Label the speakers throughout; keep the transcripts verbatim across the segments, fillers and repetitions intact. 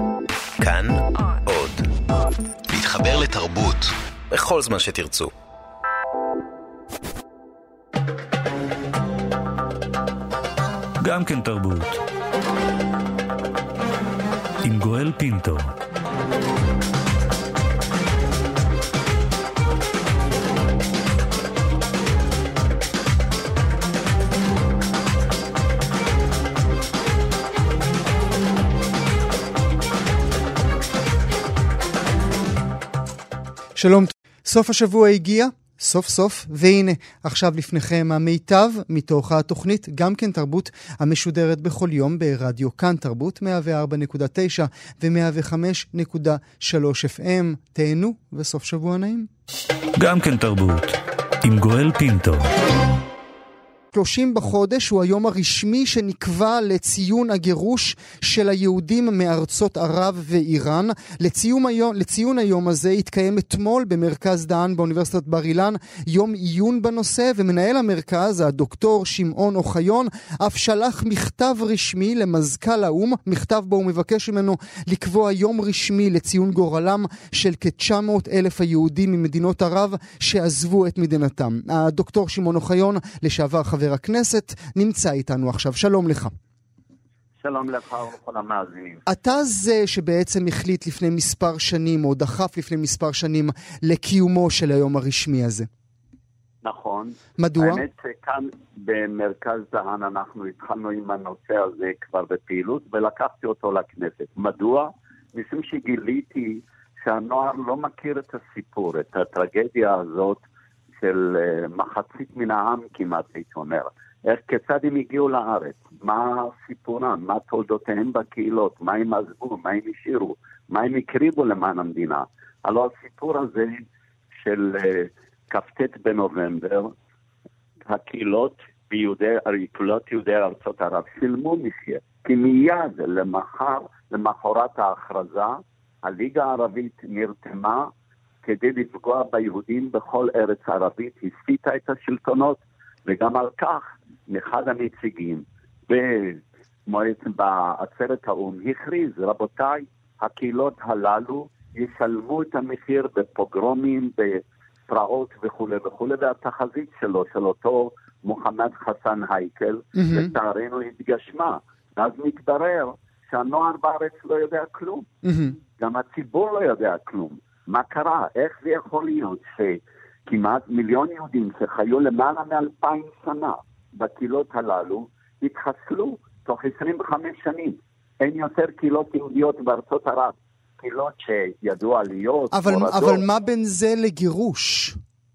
Speaker 1: כאן עוד. להתחבר לתרבות בכל זמן שתרצו.
Speaker 2: גם כן תרבות. עם גואל פינטו.
Speaker 3: שלום, סוף השבוע הגיע, סוף סוף, והנה, עכשיו לפניכם המיטב מתוך התוכנית, גם כן תרבות המשודרת בכל יום ברדיו כאן תרבות, מאה וארבע נקודה תשע ו-מאה וחמש נקודה שלוש אף אם. תהנו וסוף שבוע נעים.
Speaker 2: גם כן תרבות, עם גואל פינטו.
Speaker 3: שלושים בחודש הוא היום הרשמי שנקבע לציון הגירוש של היהודים מארצות ערב ואיראן. לציון היום, לציון היום הזה התקיים אתמול במרכז דהן באוניברסיטת בר אילן יום עיון בנושא, ומנהל המרכז, הדוקטור שמעון אוחיון, אף שלח מכתב רשמי למזכ"ל האו"ם, מכתב בו הוא מבקש ממנו לקבוע יום רשמי לציון גורלם של כ-תשע מאות אלף היהודים ממדינות ערב שעזבו את מדינתם. הדוקטור שמעון אוחיון, לשעבר חבר חבר הכנסת, נמצא איתנו עכשיו. שלום לך.
Speaker 4: שלום לך וכל המאזינים.
Speaker 3: אתה זה שבעצם החליט לפני מספר שנים, או דחף לפני מספר שנים, לקיומו של היום הרשמי הזה.
Speaker 4: נכון.
Speaker 3: מדוע?
Speaker 4: האמת שכאן במרכז דהן אנחנו התחלנו עם הנושא הזה כבר בפעילות, ולקחתי אותו לכנסת. מדוע? משום שגיליתי שהנוער לא מכיר את הסיפור, את הטרגדיה הזאת, של מחצית מן העם כמעט, הייתי אומר. איך, כיצד הם הגיעו לארץ? מה סיפורם? מה תולדותיהם בקהילות? מה הם עזבו? מה הם השאירו? מה הם הקריבו למען המדינה? הלוא הסיפור הזה של כ"ט בנובמבר, הקהילות ביהודי, הקהילות יהודי ארצות ערב שילמו מחיר. כי מיד למחר, למחרת ההכרזה, הליגה הערבית נרתמה כדי לפגוע ביהודים בכל ארץ ערבית, הסיטה את השלטונות, וגם על כך אחד הנציגים במועצת בעצרת האו"ם הכריז, רבותיי, הקהילות הללו ישלמו את המחיר בפוגרומים, בפרעות וכו' וכו', והתחזית שלו, של אותו מוחמד חסן הייקל, לצערנו התגשמה. אז מתברר שהנוער בארץ לא יודע כלום. גם הציבור לא יודע כלום. מה קרה? איך זה יכול להיות שכמעט מיליון יהודים שחיו למעלה מאלפיים שנה בקהילות הללו התחסלו תוך עשרים וחמש שנים? אין יותר קהילות יהודיות בארצות ערב, קהילות שידעו עליות,
Speaker 3: אבל,
Speaker 4: מורדות.
Speaker 3: אבל מה בין זה לגירוש?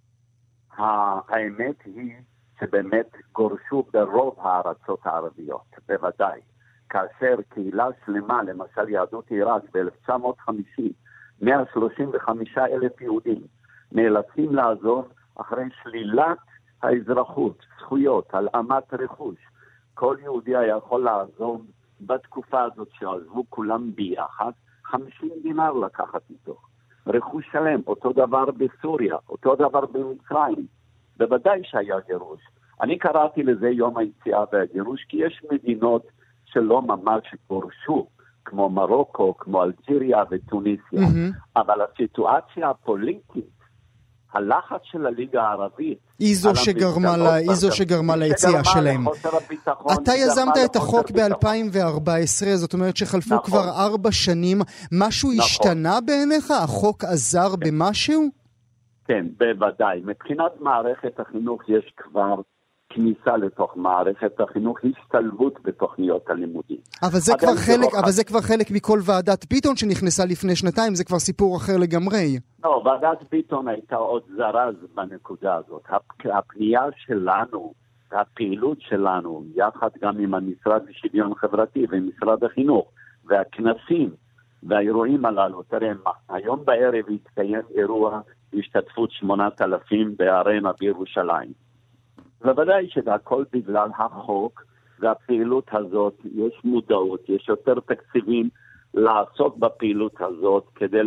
Speaker 4: האמת היא שבאמת גורשו ברוב הארצות הערביות, בוודאי. כאשר קהילה שלמה, למשל יהדות עיראק ב-אלף תשע מאות וחמישים, מאה שלושים וחמישה אלף יהודים נאלצים לעזוב אחרי שלילת האזרחות, זכויות, הלאמת רכוש. כל יהודי היה יכול לעזוב בתקופה הזאת שעזבו כולם ביחד, חמישים דינר לקחת איתו. רכוש שלם, אותו דבר בסוריה, אותו דבר במצרים. בוודאי שהיה גירוש. אני קראתי לזה יום היציאה והגירוש, כי יש מדינות שלא ממש גורשו, כמו מרוקו, כמו אלג'יריה וטוניסיה. Mm-hmm. אבל הסיטואציה הפוליטית, הלחץ של הליגה הערבית,
Speaker 3: היא זו שגרמה לה, היא זו שגרמה ליציאה שלהם. אתה יזמת את החוק ב-אלפיים וארבע עשרה, זאת אומרת שחלפו נכון. כבר ארבע שנים. משהו נכון. השתנה בעיניך? החוק עזר כן. במשהו?
Speaker 4: כן, בוודאי. מבחינת מערכת החינוך יש כבר כניסה לתוך מערכת החינוך, השתלבות בתוכניות הלימודים.
Speaker 3: אבל זה כבר חלק, אבל זה כבר חלק מכל ועדת ביטון שנכנסה לפני שנתיים, זה כבר סיפור אחר לגמרי.
Speaker 4: לא, ועדת ביטון הייתה עוד זרז בנקודה הזאת. הפנייה שלנו, הפעילות שלנו, יחד גם עם המשרד לשוויון חברתי ומשרד החינוך, והכנסים והאירועים הללו, תראה, היום בערב התקיים אירוע השתתפות שמונת אלפים בארנה בירושלים. בוודאי שזה הכל בגלל החוק והפעילות הזאת, יש מודעות, יש יותר תקציבים לעסוק בפעילות הזאת כדי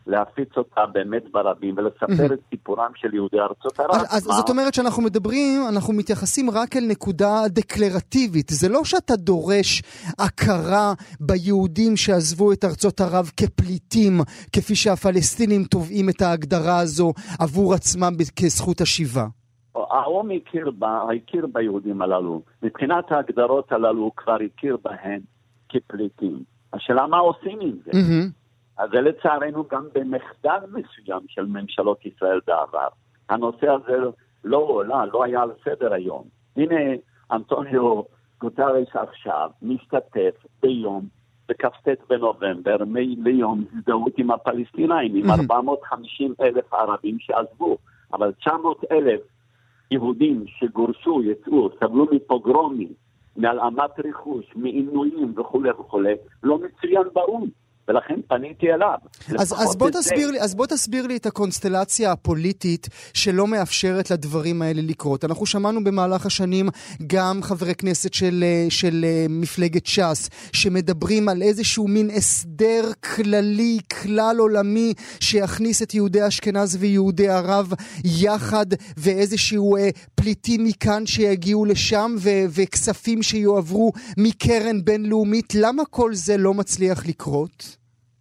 Speaker 4: להפיץ אותה באמת ברבים, ולספר את סיפורם של יהודי ארצות ערב.
Speaker 3: אז זאת אומרת שאנחנו מדברים, אנחנו מתייחסים רק אל נקודה דקלרטיבית. זה לא שאתה דורש הכרה ביהודים שעזבו את ארצות ערב כפליטים, כפי שהפלסטינים תובעים את ההגדרה הזו עבור עצמם כזכות השיבה.
Speaker 4: האום הכיר, הכיר ביהודים הללו. מבחינת ההגדרות הללו הוא כבר הכיר בהן כפליטים. השאלה מה עושים עם זה? אז זה לצערנו גם במחדל מסוים של ממשלות ישראל בעבר. הנושא הזה לא עולה, לא היה על סדר היום. הנה, אנטוניו גוטרש עכשיו משתתף ביום, בכ"ט בנובמבר, ליום הזדהות עם הפלסטינאים, עם ארבע מאות וחמישים אלף ערבים שעזבו, אבל תשע מאות אלף יהודים שגורשו, יצאו, סבלו מפוגרומים, מהלאמת רכוש, מעינויים וכו' וכו', לא מצוין באום. ולכן פניתי אליו.
Speaker 3: אז, אז, בוא תסביר לי, אז בוא תסביר לי את הקונסטלציה הפוליטית שלא מאפשרת לדברים האלה לקרות. אנחנו שמענו במהלך השנים גם חברי כנסת של, של מפלגת ש"ס, שמדברים על איזשהו מין הסדר כללי, כלל עולמי, שיכניס את יהודי אשכנז ויהודי ערב יחד, ואיזשהו אה, פליטים מכאן שיגיעו לשם, ו- וכספים שיועברו מקרן בינלאומית. למה כל זה לא מצליח לקרות?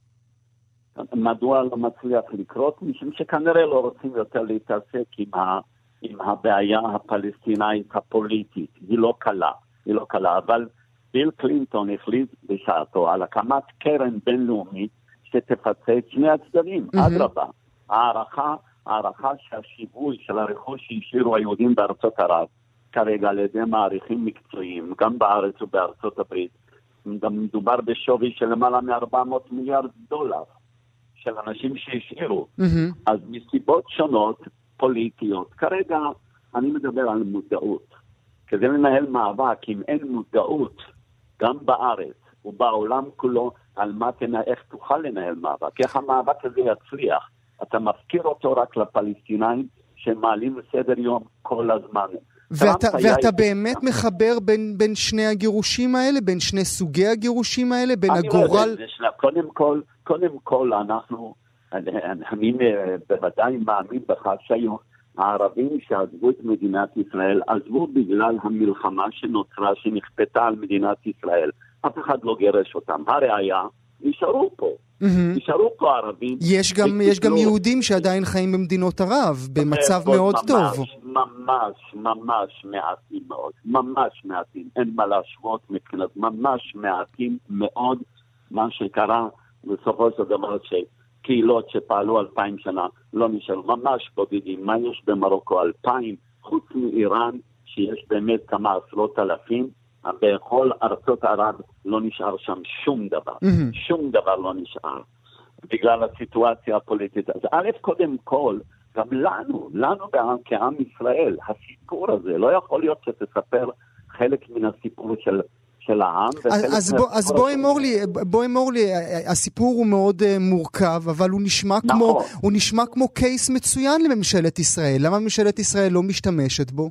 Speaker 4: מדוע לא מצליח לקרות? משום שכנראה לא רוצים יותר להתעסק עם, ה, עם הבעיה הפלסטינאית הפוליטית. היא לא קלה, היא לא קלה, אבל ביל קלינטון החליט בשעתו על הקמת קרן בינלאומית שתפצה את שני הצדדים. Mm-hmm. אדרבה, הערכה, הערכה שהשיווי של הרכוש שהשאירו היהודים בארצות ערב, כרגע על ידי מעריכים מקצועיים, גם בארץ ובארצות הברית, גם מדובר בשווי של למעלה מ-ארבע מאות מיליארד דולר. של אנשים שהשאירו. Mm-hmm. אז מסיבות שונות, פוליטיות, כרגע אני מדבר על מודעות. כדי לנהל מאבק, אם אין מודעות, גם בארץ ובעולם כולו, על מה תנה, איך תוכל לנהל מאבק, איך המאבק הזה יצליח. אתה מפקיר אותו רק לפלסטינאים, שמעלים לסדר יום כל הזמן.
Speaker 3: ואתה, ואתה באמת מחבר בין, בין שני הגירושים האלה, בין שני סוגי הגירושים האלה, בין הגורל...
Speaker 4: לא קודם כל, קודם כל אנחנו, אני, אני בוודאי מאמין בכך שהיום הערבים שעזבו את מדינת ישראל, עזבו בגלל המלחמה שנוצרה, שנכפתה על מדינת ישראל. אף אחד לא גירש אותם. הראיה, נשארו פה. Mm-hmm. נשארו פה ערבים.
Speaker 3: יש גם, יש גם יהודים שעדיין חיים במדינות ערב, במצב מאוד
Speaker 4: ממש,
Speaker 3: טוב.
Speaker 4: ממש, ממש מעטים מאוד. ממש מעטים. אין מה להשוות מבחינת ממש מעטים מאוד מה שקרה בסופו של דבר שקהילות שפעלו אלפיים שנה לא נשארו. ממש בודדים. מה יש במרוקו? אלפיים. חוץ מאיראן שיש באמת כמה עשרות אלפים. בכל ארצות ערב לא נשאר שם שום דבר. Mm-hmm. שום דבר לא נשאר. בגלל הסיטואציה הפוליטית. אז א', קודם כל, גם לנו, לנו כעם ישראל, הסיפור הזה, לא יכול להיות שתספר חלק מן הסיפור של, של העם.
Speaker 3: אז, אז, בוא, אז בוא אמור לי, בוא אמור לי, הסיפור הוא מאוד uh, מורכב, אבל הוא נשמע, נכון. כמו, הוא נשמע כמו קייס מצוין לממשלת ישראל. למה ממשלת ישראל לא משתמשת בו?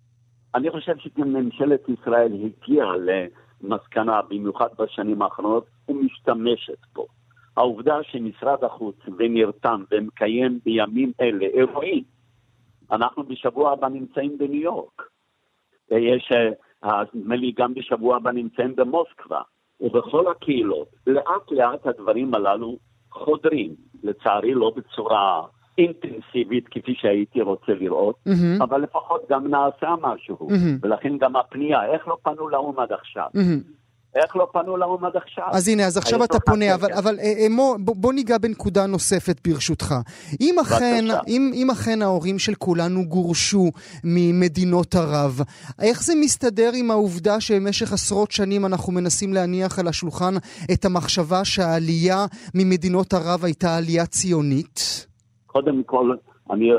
Speaker 4: אני חושב שממשלת ישראל הגיעה למסקנה, במיוחד בשנים האחרונות, ומשתמשת פה. העובדה שמשרד החוץ ונרתם ומקיים בימים אלה אירועים. אנחנו בשבוע הבא נמצאים בניו יורק. ויש, מלי גם בשבוע הבא נמצאים במוסקבה. ובכל הקהילות, לאט לאט הדברים הללו חודרים. לצערי לא בצורה אינטנסיבית כפי שהייתי רוצה לראות, mm-hmm. אבל לפחות גם נעשה משהו. Mm-hmm. ולכן גם הפנייה, איך לא פנו לאום עד עכשיו? Mm-hmm. איך לא פנו לאום עד עכשיו?
Speaker 3: אז הנה, אז עכשיו אתה פונה, אבל, אבל אמו, בוא, בוא ניגע בנקודה נוספת ברשותך. אם אכן, אם, אם אכן ההורים של כולנו גורשו ממדינות ערב, איך זה מסתדר עם העובדה שבמשך עשרות שנים אנחנו מנסים להניח על השולחן את המחשבה שהעלייה ממדינות ערב הייתה עלייה ציונית?
Speaker 4: קודם כל, אני,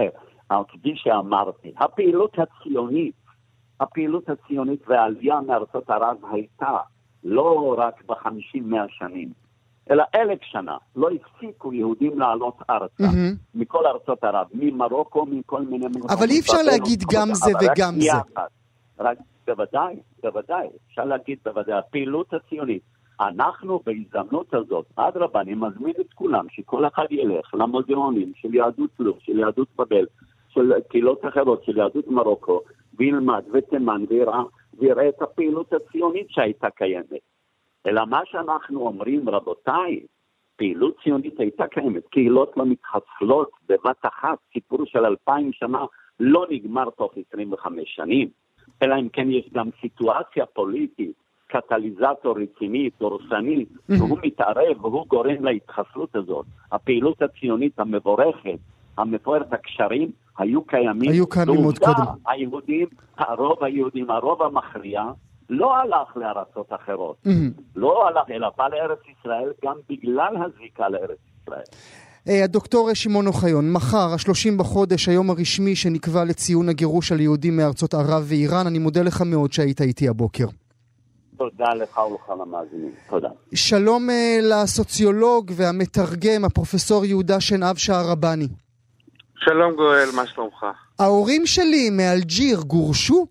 Speaker 4: כפי שאמרתי, הפעילות הציונית, הפעילות הציונית והעלייה מארצות ערב הייתה לא רק בחמישים מאה שנים, אלא אלף שנה. לא הפסיקו יהודים לעלות ארצה, mm-hmm. מכל ארצות ערב, ממרוקו, מכל מיני...
Speaker 3: אבל אי אפשר להגיד גם זה וגם זה.
Speaker 4: רק בוודאי, בוודאי, אפשר להגיד בוודאי, הפעילות הציונית אנחנו בהזדמנות הזאת, אדרבה, אני מזמין את כולם, שכל אחד ילך למוזיאונים של יהדות לוב, של יהדות בבל, של קהילות אחרות, של יהדות מרוקו, וילמד ותימן ויראה, ויראה את הפעילות הציונית שהייתה קיימת. אלא מה שאנחנו אומרים, רבותיי, פעילות ציונית הייתה קיימת, קהילות לא מתחסלות בבת אחת, סיפור של אלפיים שנה לא נגמר תוך עשרים וחמש שנים, אלא אם כן יש גם סיטואציה פוליטית, קטליזטור רצינית, דורסנית, והוא מתערב והוא גורם להתחסלות הזאת. הפעילות הציונית המבורכת, המפוארת, הקשרים, היו קיימים.
Speaker 3: היו קיימים עוד קודם.
Speaker 4: היהודים, הרוב היהודים, הרוב המכריע, לא הלך לארצות אחרות. לא הלך, אלא בא לארץ ישראל גם בגלל הזיקה לארץ ישראל.
Speaker 3: הדוקטור שמעון אוחיון, מחר, השלושים בחודש, היום הרשמי שנקבע לציון הגירוש של יהודים מארצות ערב ואיראן. אני מודה לך מאוד שהיית איתי הבוקר.
Speaker 4: תודה לך ולך למאזינים. תודה.
Speaker 3: שלום לסוציולוג והמתרגם, הפרופסור יהודה שנהב שערבני.
Speaker 5: שלום גואל, מה שלומך?
Speaker 3: ההורים שלי מאלג'יר גורשו?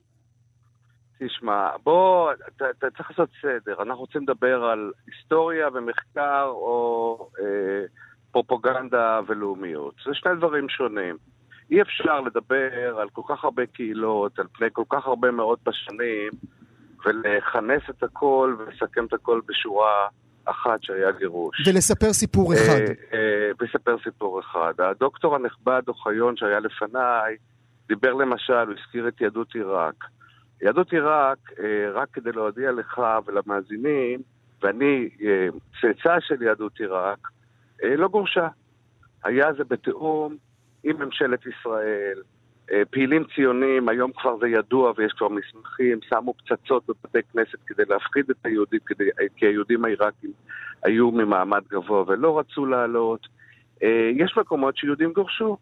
Speaker 5: תשמע, בוא, אתה, אתה צריך לעשות סדר. אנחנו רוצים לדבר על היסטוריה ומחקר או אה, פרופגנדה ולאומיות. זה שני דברים שונים. אי אפשר לדבר על כל כך הרבה קהילות, על פני כל כך הרבה מאות בשנים, ולכנס את הכל ולסכם את הכל בשורה אחת שהיה גירוש.
Speaker 3: ולספר סיפור אחד.
Speaker 5: אה, אה, ולספר סיפור אחד. הדוקטור הנכבד אוחיון שהיה לפניי, דיבר למשל, הוא הזכיר את יהדות עיראק. יהדות עיראק, אה, רק כדי להודיע לך ולמאזינים, ואני אה, צאצא של יהדות עיראק, אה, לא גורשה. היה זה בתיאום עם ממשלת ישראל, פעילים ציונים, היום כבר זה ידוע ויש כבר מסמכים, שמו פצצות בבתי כנסת כדי להפחיד את היהודים, כדי, כי היהודים העיראקים היו ממעמד גבוה ולא רצו לעלות. יש מקומות שיהודים גורשו,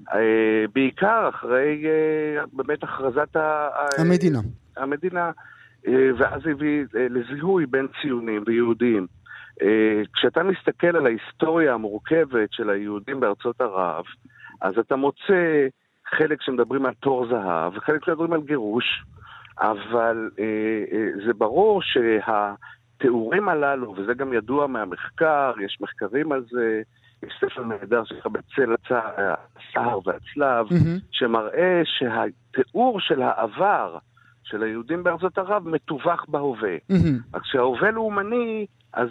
Speaker 5: בעיקר אחרי באמת הכרזת
Speaker 3: המדינה.
Speaker 5: המדינה, ואז הביא לזיהוי בין ציונים ויהודים. כשאתה מסתכל על ההיסטוריה המורכבת של היהודים בארצות ערב, אז אתה מוצא חלק שמדברים על תור זהב, וחלק שמדברים על גירוש, אבל אה, אה, זה ברור שהתיאורים הללו, וזה גם ידוע מהמחקר, יש מחקרים על זה, יש ספר נהדר שלך בצל הצער והצלב, mm-hmm. שמראה שהתיאור של העבר של היהודים בארצות ערב מתווך בהווה. Mm-hmm. אז כשההווה לאומני, אז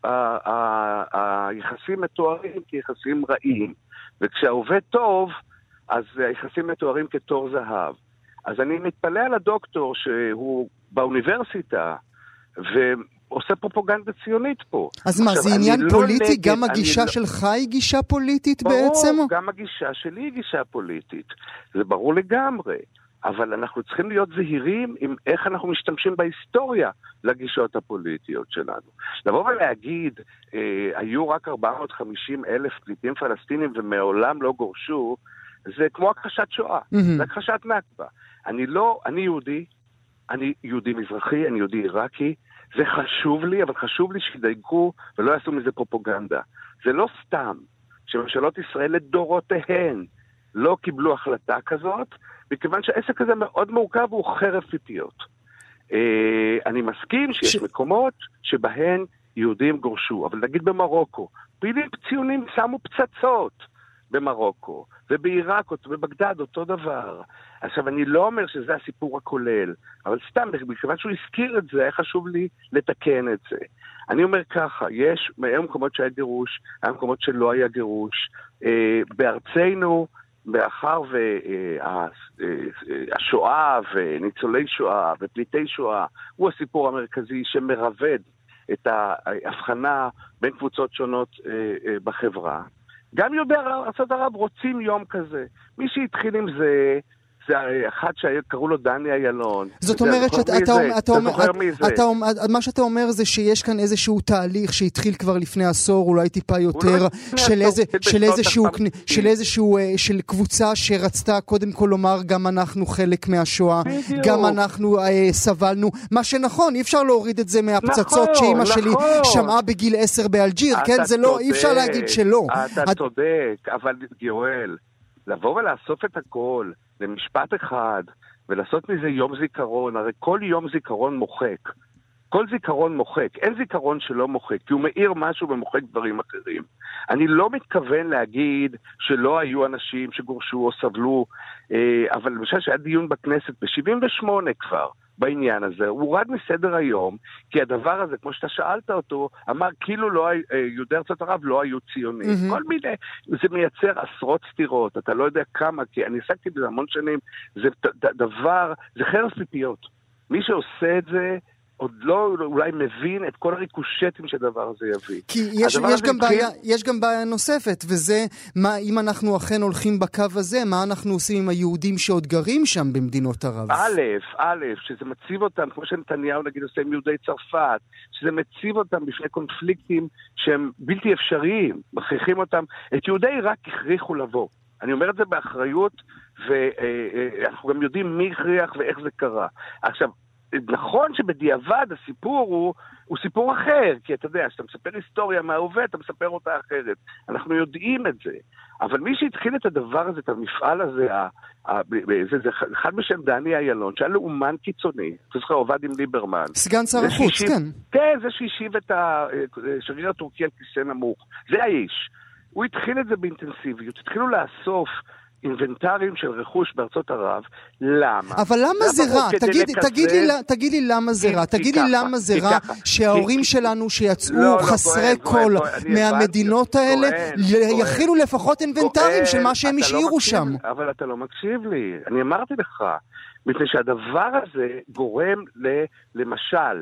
Speaker 5: היחסים מתוארים כיחסים רעים, וכשההווה טוב, אז היחסים מתוארים כתור זהב. אז אני מתפלא על הדוקטור שהוא באוניברסיטה ועושה פרופגנדה ציונית פה.
Speaker 3: אז מה, זה עניין לא פוליטי? נגד, גם הגישה לא... שלך היא גישה פוליטית ברור, בעצם?
Speaker 5: ברור, גם הגישה שלי היא גישה פוליטית. זה ברור לגמרי. אבל אנחנו צריכים להיות זהירים עם איך אנחנו משתמשים בהיסטוריה לגישות הפוליטיות שלנו. לבוא ולהגיד, אה, היו רק ארבע מאות וחמישים אלף פליטים פלסטינים ומעולם לא גורשו, זה כמו הכחשת שואה, mm-hmm. זה הכחשת נכבה. אני לא, אני יהודי, אני יהודי מזרחי, אני יהודי עיראקי, זה חשוב לי, אבל חשוב לי שידייקו ולא יעשו מזה פרופגנדה. זה לא סתם שממשלות ישראל לדורותיהן לא קיבלו החלטה כזאת, מכיוון שהעסק הזה מאוד מורכב והוא חרב פיתיות. אה, אני מסכים שיש ש... מקומות שבהן יהודים גורשו, אבל נגיד במרוקו, פעילים ציונים שמו פצצות, במרוקו, ובעיראק, ובבגדד, אותו דבר. עכשיו, אני לא אומר שזה הסיפור הכולל, אבל סתם, מכיוון שהוא הזכיר את זה, היה חשוב לי לתקן את זה. אני אומר ככה, יש, היו מקומות שהיה גירוש, היו מקומות שלא היה גירוש. אה, בארצנו, מאחר והשואה וניצולי שואה ופליטי שואה, הוא הסיפור המרכזי שמרבד את ההבחנה בין קבוצות שונות אה, אה, בחברה. גם יהודי ארצות ערב רוצים יום כזה. מי שהתחיל עם זה, זה אחד שקראו לו דני איילון.
Speaker 3: זאת אומרת שאתה אומר, מה שאתה אומר זה שיש כאן איזשהו תהליך שהתחיל כבר לפני עשור, אולי טיפה יותר, של איזשהו, של קבוצה שרצתה קודם כל לומר, גם אנחנו חלק מהשואה, גם אנחנו סבלנו, מה שנכון, אי אפשר להוריד את זה מהפצצות שאמא שלי שמעה בגיל עשר באלג'יר, כן? זה לא, אי אפשר להגיד שלא.
Speaker 5: אתה צודק, אבל יואל, לבוא ולאסוף את הכל, למשפט אחד, ולעשות מזה יום זיכרון, הרי כל יום זיכרון מוחק כל זיכרון מוחק, אין זיכרון שלא מוחק, כי הוא מאיר משהו ומוחק דברים אחרים. אני לא מתכוון להגיד שלא היו אנשים שגורשו או סבלו, אבל למשל שהיה דיון בכנסת ב-שבעים ושמונה כבר, בעניין הזה, הוא הורד מסדר היום, כי הדבר הזה, כמו שאתה שאלת אותו, אמר כאילו לא, יהודי ארצות ערב לא היו ציונים. Mm-hmm. כל מיני, זה מייצר עשרות סתירות, אתה לא יודע כמה, כי אני עסקתי בזה המון שנים, זה דבר, זה חרס פיפיות. מי שעושה את זה, עוד לא אולי מבין את כל הריקושטים שהדבר הזה יביא.
Speaker 3: כי יש, יש, גם בעיה, יש גם בעיה נוספת, וזה מה, אם אנחנו אכן הולכים בקו הזה, מה אנחנו עושים עם היהודים שעוד גרים שם במדינות ערב?
Speaker 5: א', א', שזה מציב אותם, כמו שנתניהו נגיד עושה עם יהודי צרפת, שזה מציב אותם בפני קונפליקטים שהם בלתי אפשריים, מכריחים אותם, את יהודי עיראק הכריחו לבוא. אני אומר את זה באחריות, ואנחנו גם יודעים מי הכריח ואיך זה קרה. עכשיו, נכון שבדיעבד הסיפור הוא, הוא סיפור אחר, כי אתה יודע, שאתה מספר היסטוריה מההווה, אתה מספר אותה אחרת. אנחנו יודעים את זה. אבל מי שהתחיל את הדבר הזה, את המפעל הזה, ה, ה, זה, זה אחד בשם דני איילון, שהיה לאומן קיצוני, אתה זוכר, עובד עם ליברמן.
Speaker 3: סגן שר החוץ, כן.
Speaker 5: כן, זה שהשיב את השגריר הטורקי על כיסא נמוך. זה האיש. הוא התחיל את זה באינטנסיביות, התחילו לאסוף אינבנטרים של רכוש בארצות ערב. למה?
Speaker 3: אבל למה זה רע? תגיד לי למה זה רע. תגיד לי למה זה רע שההורים שלנו שיצאו חסרי קול מהמדינות האלה יכילו לפחות אינבנטרים של מה שהם השאירו שם.
Speaker 5: אבל אתה לא מקשיב לי. אני אמרתי לך, מפני שהדבר הזה גורם למשל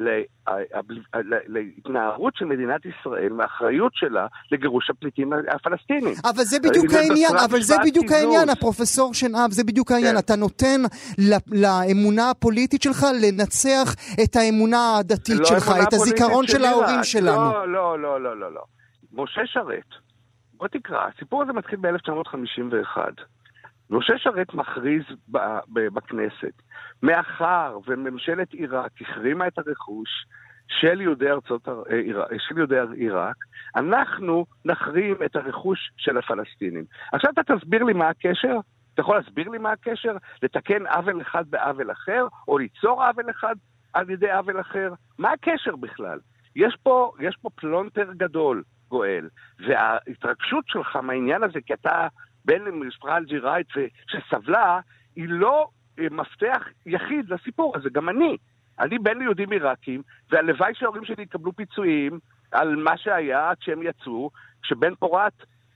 Speaker 5: להתנערות של מדינת ישראל מהאחריות שלה לגירוש הפליטים הפלסטינים.
Speaker 3: אבל זה בדיוק העניין, אבל זה בדיוק העניין, הפרופסור שנאב, זה בדיוק העניין. אתה נותן לאמונה הפוליטית שלך לנצח את האמונה הדתית שלך, את הזיכרון של ההורים שלנו.
Speaker 5: לא, לא, לא, לא, לא. משה שרת, בוא תקרא, הסיפור הזה מתחיל ב-אלף תשע מאות חמישים ואחת. משה שרת מכריז בכנסת, מאחר וממשלת עיראק החרימה את הרכוש של יהודי ארצות, של יהודי עיראק, אנחנו נחרים את הרכוש של הפלסטינים. עכשיו אתה תסביר לי מה הקשר? אתה יכול להסביר לי מה הקשר? לתקן עוול אחד בעוול אחר, או ליצור עוול אחד על ידי עוול אחר? מה הקשר בכלל? יש פה, יש פה פלונטר גדול, גואל, וההתרגשות שלך מהעניין הזה, כי אתה בן למשפחה אלג'יראית שסבלה, היא לא מפתח יחיד לסיפור הזה, גם אני. אני בן ליהודים עיראקים, והלוואי שההורים שלי יקבלו פיצויים על מה שהיה כשהם יצאו, כשבן פורת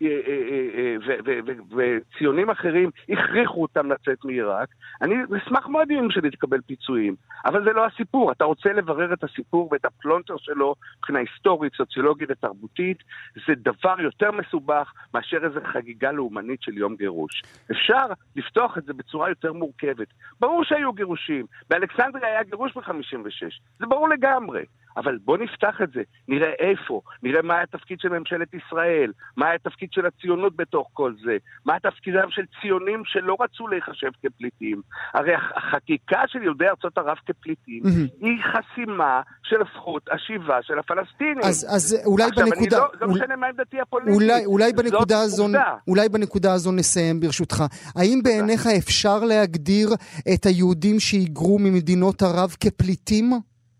Speaker 5: וציונים אחרים הכריחו אותם לצאת מעיראק. אני אשמח מאוד אם שלי תקבל פיצויים, אבל זה לא הסיפור. אתה רוצה לברר את הסיפור ואת הפלונטר שלו מבחינה היסטורית, סוציולוגית ותרבותית, זה דבר יותר מסובך מאשר איזו חגיגה לאומנית של יום גירוש. אפשר לפתוח את זה בצורה יותר מורכבת. ברור שהיו גירושים, באלכסנדריה היה גירוש ב-חמישים ושש, זה ברור לגמרי. אבל בוא נפתח את זה, נראה איפה, נראה מה היה התפקיד של ממשלת ישראל, מה היה התפקיד של הציונות בתוך כל זה, מה התפקידם של ציונים שלא רצו להיחשב כפליטים. הרי החקיקה של יהודי ארצות ערב כפליטים mm-hmm. היא חסימה של זכות השיבה של הפלסטינים.
Speaker 3: אז, אז אולי עכשיו, בנקודה...
Speaker 5: אני לא, לא משנה מה עמדתי הפוליטית.
Speaker 3: אולי, אולי, בנקודה הזו, אולי בנקודה הזו נסיים ברשותך. האם בעיניך אפשר להגדיר את היהודים שהיגרו ממדינות ערב כפליטים?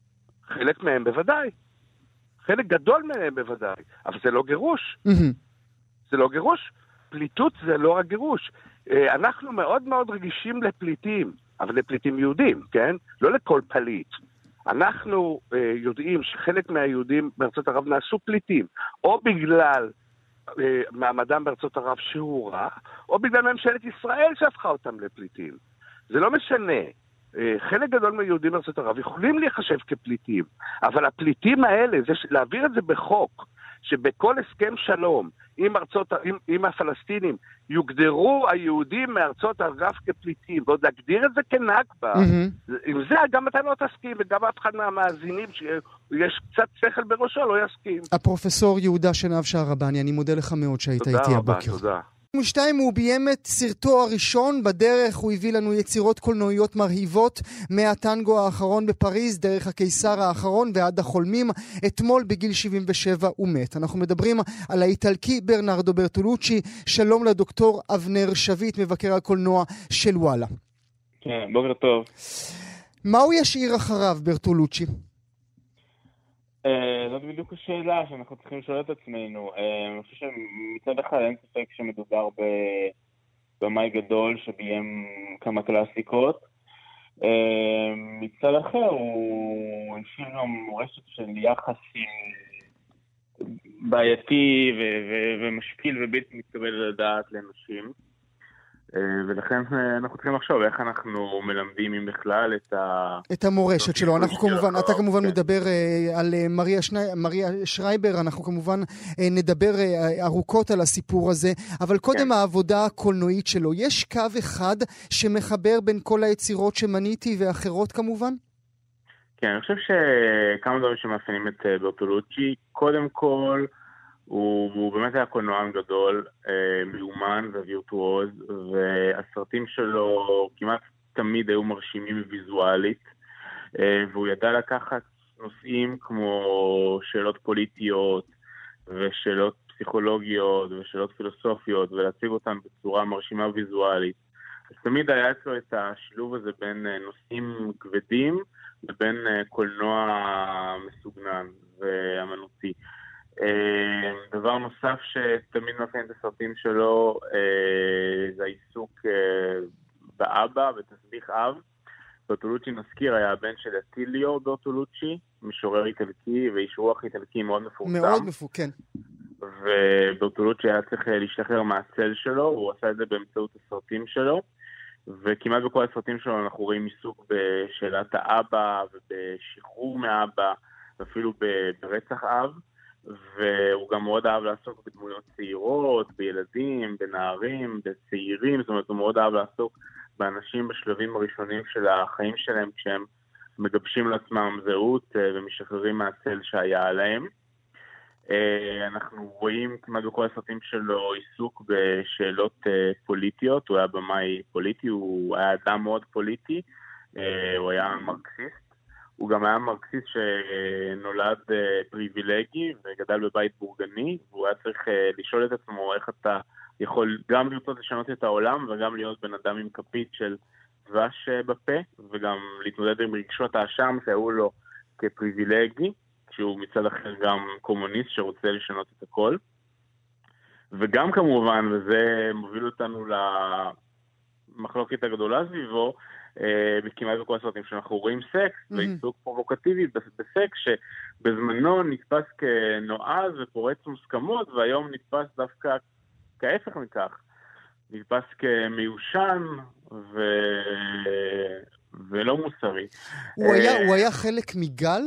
Speaker 5: חלק מהם בוודאי. חלק גדול מהם בוודאי. אבל זה לא גירוש. Mm-hmm. זה לא גירוש. פליטות זה לא רק גירוש. אנחנו מאוד מאוד רגישים לפליטים, אבל לפליטים יהודים, כן? לא לכל פליט. אנחנו יודעים שחלק מהיהודים בארצות ערב נעשו פליטים, או בגלל מעמדם בארצות ערב שהוא רע, או בגלל ממשלת ישראל שהפכה אותם לפליטים. זה לא משנה. חלק גדול מהיהודים בארצות ערב יכולים להיחשב כפליטים, אבל הפליטים האלה, זה להעביר את זה בחוק, שבכל הסכם שלום עם, ארצות, עם, עם הפלסטינים יוגדרו היהודים מארצות ערב כפליטים, ועוד להגדיר את זה כנכבה, mm-hmm. עם זה גם אתה לא תסכים, וגם אף אחד מהמאזינים שיש קצת שכל בראשו לא יסכים.
Speaker 3: הפרופסור יהודה שנהב שערבני, אני מודה לך מאוד שהיית איתי הבוקר.
Speaker 5: תודה רבה, תודה.
Speaker 3: ושתיים הוא ביים את סרטו הראשון, בדרך הוא הביא לנו יצירות קולנועיות מרהיבות, מהטנגו האחרון בפריז, דרך הקיסר האחרון ועד החולמים, אתמול בגיל שבעים ושבע הוא מת. אנחנו מדברים על האיטלקי ברנרדו ברטולוצ'י. שלום לדוקטור אבנר שביט, מבקר הקולנוע של וואלה.
Speaker 6: כן, בוקר טוב.
Speaker 3: מה הוא ישאיר אחריו ברטולוצ'י?
Speaker 6: זאת בדיוק השאלה שאנחנו צריכים לשאול את עצמנו. אני חושב שמצד אחד אין ספק שמדובר במאי גדול שביים כמה קלאסיקות. מצד אחר הוא השאיר גם מורשת של יחס בעייתי ומשפיל ובלתי מתקבל לדעת לאנשים. ולכן אנחנו צריכים לחשוב איך אנחנו מלמדים אם בכלל את ה...
Speaker 3: את המורשת שלו. אנחנו כמובן, אתה כמובן מדבר על מריה שני... מריה שרייבר, אנחנו כמובן נדבר ארוכות על הסיפור הזה, אבל קודם העבודה הקולנועית שלו, יש קו אחד שמחבר בין כל היצירות שמניתי ואחרות כמובן?
Speaker 6: כן, אני חושב שכמה דברים שמאפיינים את ברטולוצ'י, קודם כל הוא, הוא באמת היה קולנוען גדול, אה, מיומן ווירטואוז, והסרטים שלו כמעט תמיד היו מרשימים ויזואלית, אה, והוא ידע לקחת נושאים כמו שאלות פוליטיות ושאלות פסיכולוגיות ושאלות פילוסופיות ולהציג אותן בצורה מרשימה ויזואלית. אז תמיד היה אצלו את השילוב הזה בין נושאים כבדים לבין קולנוע מסוגנן ואמנותי. דבר נוסף שתמיד מאפיין את הסרטים שלו זה העיסוק באבא, בתסביך אב. ברטולוצ'י נזכיר היה הבן של אטיליו ברטולוצ'י, משורר איטלקי ואיש רוח איטלקי מאוד מפורסם.
Speaker 3: מאוד מפורסם, כן.
Speaker 6: וברטולוצ'י היה צריך להשתחרר מהצל שלו, הוא עשה את זה באמצעות הסרטים שלו, וכמעט בכל הסרטים שלו אנחנו רואים עיסוק בשאלת האבא ובשחרור מאבא, ואפילו ברצח אב. והוא גם מאוד אהב לעסוק בדמויות צעירות, בילדים, בנערים, בצעירים, זאת אומרת הוא מאוד אהב לעסוק באנשים בשלבים הראשונים של החיים שלהם כשהם מגבשים לעצמם זהות ומשחררים מהצל שהיה עליהם. אנחנו רואים כמעט בכל הסרטים שלו עיסוק בשאלות פוליטיות, הוא היה במאי פוליטי, הוא היה אדם מאוד פוליטי, הוא היה מרקסיסט. הוא גם היה מרקסיסט שנולד פריבילגי וגדל בבית בורגני, והוא היה צריך לשאול את עצמו איך אתה יכול גם לרצות לשנות את העולם וגם להיות בן אדם עם כפית של דבש בפה, וגם להתמודד עם רגשות האשם שהיו לו כפריבילגי, כשהוא מצד אחר גם קומוניסט שרוצה לשנות את הכל. וגם כמובן, וזה מוביל אותנו למחלוקת הגדולה סביבו, כמעט בכל הסרטים שאנחנו רואים סקס, ועיסוק פרובוקטיבי בסקס, שבזמנו נתפס כנועז ופורץ מוסכמות, והיום נתפס דווקא כהפך מכך. נתפס כמיושן ו... ולא מוסרי.
Speaker 3: הוא היה, הוא היה חלק מגל?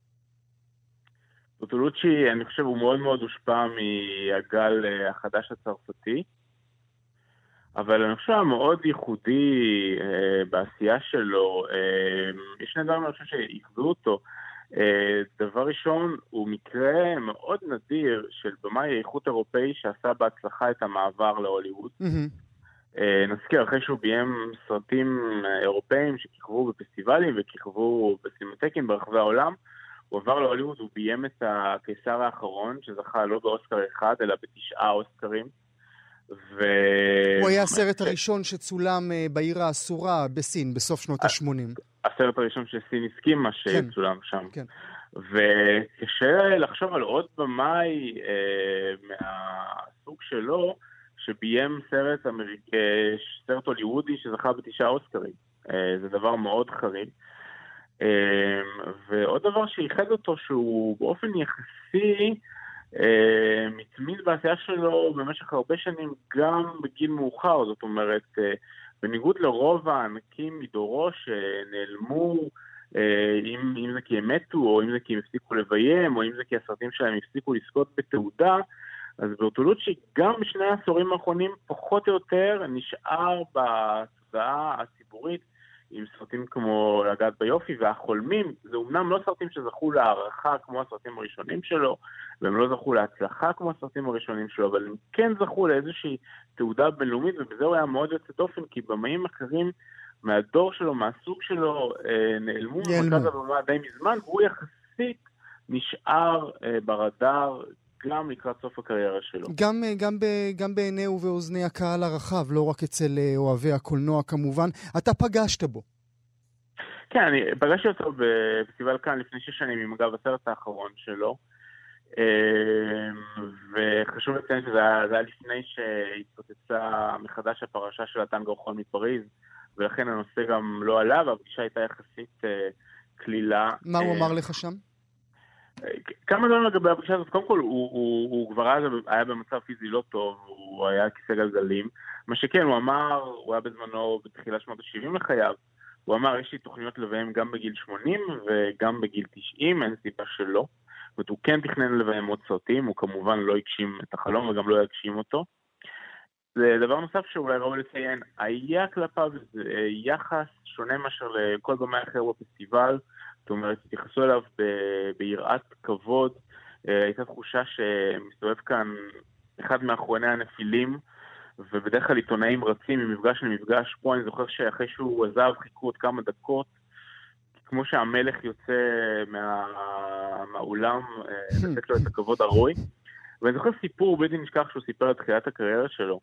Speaker 6: ברטולוצ'י, אני חושב, הוא מאוד מאוד הושפע מהגל החדש הצרפתי, אבל אני חושב מאוד ייחודי אה, בעשייה שלו. אה, יש שני דברים אני חושב שעקבו אותו. אה, דבר ראשון, הוא מקרה מאוד נדיר של במאי האיכות אירופאי שעשה בהצלחה את המעבר להוליווד. Mm-hmm. אה, נזכיר, אחרי שהוא ביים סרטים אירופאים שכיכבו בפסטיבלים וכיכבו בסינמטקים ברחבי העולם, הוא עבר להוליווד, הוא ביים את הקיסר האחרון, שזכה לא באוסקר אחד, אלא בתשעה אוסקרים. ו...
Speaker 3: הוא היה הסרט הראשון שצולם בעיר האסורה בסין, בסוף שנות ה-שמונים.
Speaker 6: הסרט הראשון שסין הסכימה שצולם שם.
Speaker 3: כן.
Speaker 6: וקשה לחשוב על עוד במאי אה, מהסוג שלו, שביים סרט, אמריק... סרט הוליוודי שזכה בתשעה אוסקרים. אה, זה דבר מאוד חריג. אה, ועוד דבר שייחד אותו שהוא באופן יחסי, Uh, מתמיד בעשייה שלו במשך הרבה שנים גם בגיל מאוחר, זאת אומרת uh, בניגוד לרוב הענקים מדורו שנעלמו, uh, אם, אם זה כי הם מתו או אם זה כי הם הפסיקו לביים או אם זה כי הסרטים שלהם הפסיקו לזכות בתעודה, אז ברטולוצ'י גם בשני העשורים האחרונים פחות או יותר נשאר בתודעה הציבורית עם סרטים כמו לגעת ביופי והחולמים. זה אומנם לא סרטים שזכו להערכה כמו הסרטים הראשונים שלו, והם לא זכו להצלחה כמו הסרטים הראשונים שלו, אבל הם כן זכו לאיזושהי תעודה בינלאומית, ובזה הוא היה מאוד יוצא דופן, כי במאים אחרים מהדור שלו, מהסוג שלו, נעלמו במרכז הבמה די מזמן, והוא יחסית נשאר ברדאר גם לקראת סוף הקריירה שלו.
Speaker 3: גם, גם, ב, גם בעיני ובאוזני הקהל הרחב, לא רק אצל אוהבי הקולנוע כמובן. אתה פגשת בו.
Speaker 6: כן, אני פגשתי אותו בפסטיבל כאן לפני שש שנים, עם אגב הסרט האחרון שלו, וחשוב לציין שזה היה, היה לפני שהתפוצצה מחדש הפרשה של הטנגו החול מפריז, ולכן הנושא גם לא עלה, והפגישה הייתה יחסית כלילה.
Speaker 3: מה הוא אמר לך שם?
Speaker 6: כמה דברים לגבי הפגישה הזאת, קודם כל הוא, הוא, הוא כבר אז היה במצב פיזי לא טוב, הוא היה כיסא גלגלים, מה שכן הוא אמר, הוא היה בזמנו בתחילה שנות ה-שבעים לחייו, הוא אמר יש לי תוכניות לביים גם בגיל שמונים וגם בגיל תשעים, אין סיבה שלא, זאת הוא כן תכנן לביים עוד סרטים, הוא כמובן לא הגשים את החלום וגם לא יגשים אותו. זה דבר נוסף שאולי ראוי לציין, היה כלפיו יחס שונה מאשר לכל במאי אחר בפסטיבל, זאת אומרת, התייחסו אליו ב- ביראת כבוד, הייתה תחושה שמסתובב כאן אחד מאחרוני הנפילים, ובדרך כלל עיתונאים רצים ממפגש למפגש. פה אני זוכר שאחרי שהוא עזב חיכו עוד כמה דקות, כמו שהמלך יוצא מה... מהאולם, לתת לו את הכבוד הראוי. ואני זוכר סיפור בלתי נשכח שהוא סיפר על תחילת הקריירה שלו.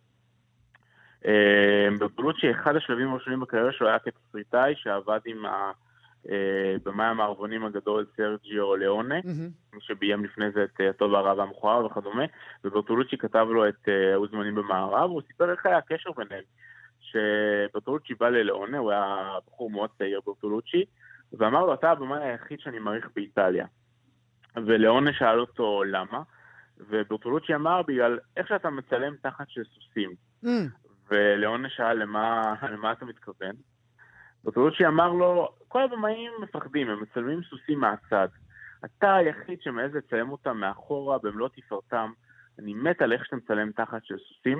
Speaker 6: בפעולות שאחד השלבים הראשונים בקריירה שלו היה כתסריטאי שעבד עם ה... במאי המערבונים הגדול סרג'יו ליאונה, שביים לפני זה את הטוב הרע והמכוער וכדומה, וברטולוצ'י כתב לו את היו זמנים במערב, הוא סיפר איך היה הקשר ביניהם, שברטולוצ'י בא לליאונה, הוא היה בחור מאוד צעיר ברטולוצ'י, ואמר לו, אתה הבמאי היחיד שאני מעריך באיטליה. וליאונה שאל אותו למה, וברטולוצ'י אמר בגלל איך שאתה מצלם תחת של סוסים. וליאונה שאל למה, למה אתה מתכוון? ברטולוצ'י אמר לו, כל הבמאים מפחדים, הם מצלמים סוסים מהצד. אתה היחיד שמעז לצלם אותם מאחורה במלוא תפארתם. אני מת על איך שאתה מצלם תחת של סוסים.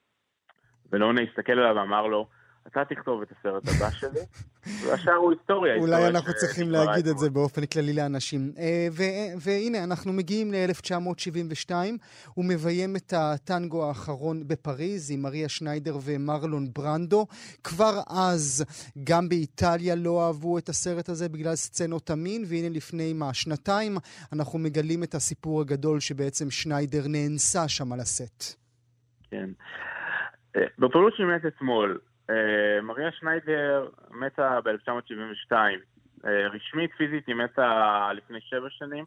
Speaker 6: וליאונה הסתכל עליו ואמר לו, אתה תכתוב את הסרט הבא שלי, והשאר הוא היסטוריה.
Speaker 3: אולי אנחנו צריכים להגיד את זה באופן כללי לאנשים. והנה, אנחנו מגיעים ל-אלף תשע מאות שבעים ושתיים, הוא מביים את הטנגו האחרון בפריז, עם מריה שניידר ומרלון ברנדו. כבר אז, גם באיטליה לא אהבו את הסרט הזה בגלל סצנות המין, והנה לפני מה, שנתיים, אנחנו מגלים את הסיפור הגדול שבעצם שניידר נאנסה שם על הסט.
Speaker 6: כן. ברטולוצ'י מת אתמול. Uh, מריה שניידר מתה ב-אלף תשע מאות שבעים ושתיים. Uh, רשמית, פיזית, היא מתה לפני שבע שנים,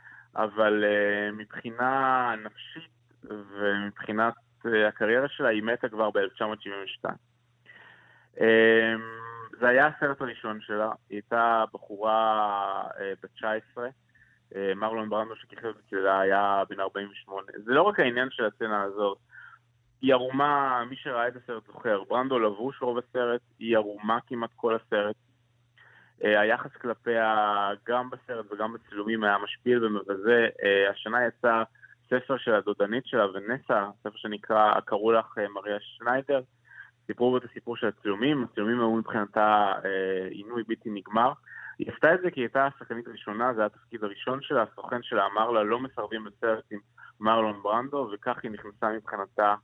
Speaker 6: אבל uh, מבחינה נפשית ומבחינת uh, הקריירה שלה, היא מתה כבר ב-אלף תשע מאות שבעים ושתיים. Uh, זה היה הסרט הראשון שלה, היא הייתה בחורה uh, ב-תשע עשרה, uh, מרלון ברנדו שכיכב בצדה היה בן ארבעים ושמונה. זה לא רק העניין של הסצנה הזאת, היא ערומה, מי שראה את הסרט זוכר, ברנדו לבוש רוב הסרט, היא ערומה כמעט כל הסרט. היחס כלפיה גם בסרט וגם בצילומים היה משפיל ומבזה. השנה יצא ספר של הדודנית שלה ונסה, ספר שנקרא קראו לך מריה שניידר, סיפרו בו את הסיפור של הצילומים, הצילומים היו מבחינתה עינוי בלתי נגמר. היא עשתה את זה כי היא הייתה השחקנית ראשונה, זה היה התפקיד הראשון שלה, הסוכן שלה אמר לה לא מסרבים בסרט עם מרלון ברנדו, וכך היא נכנסה מבחינתה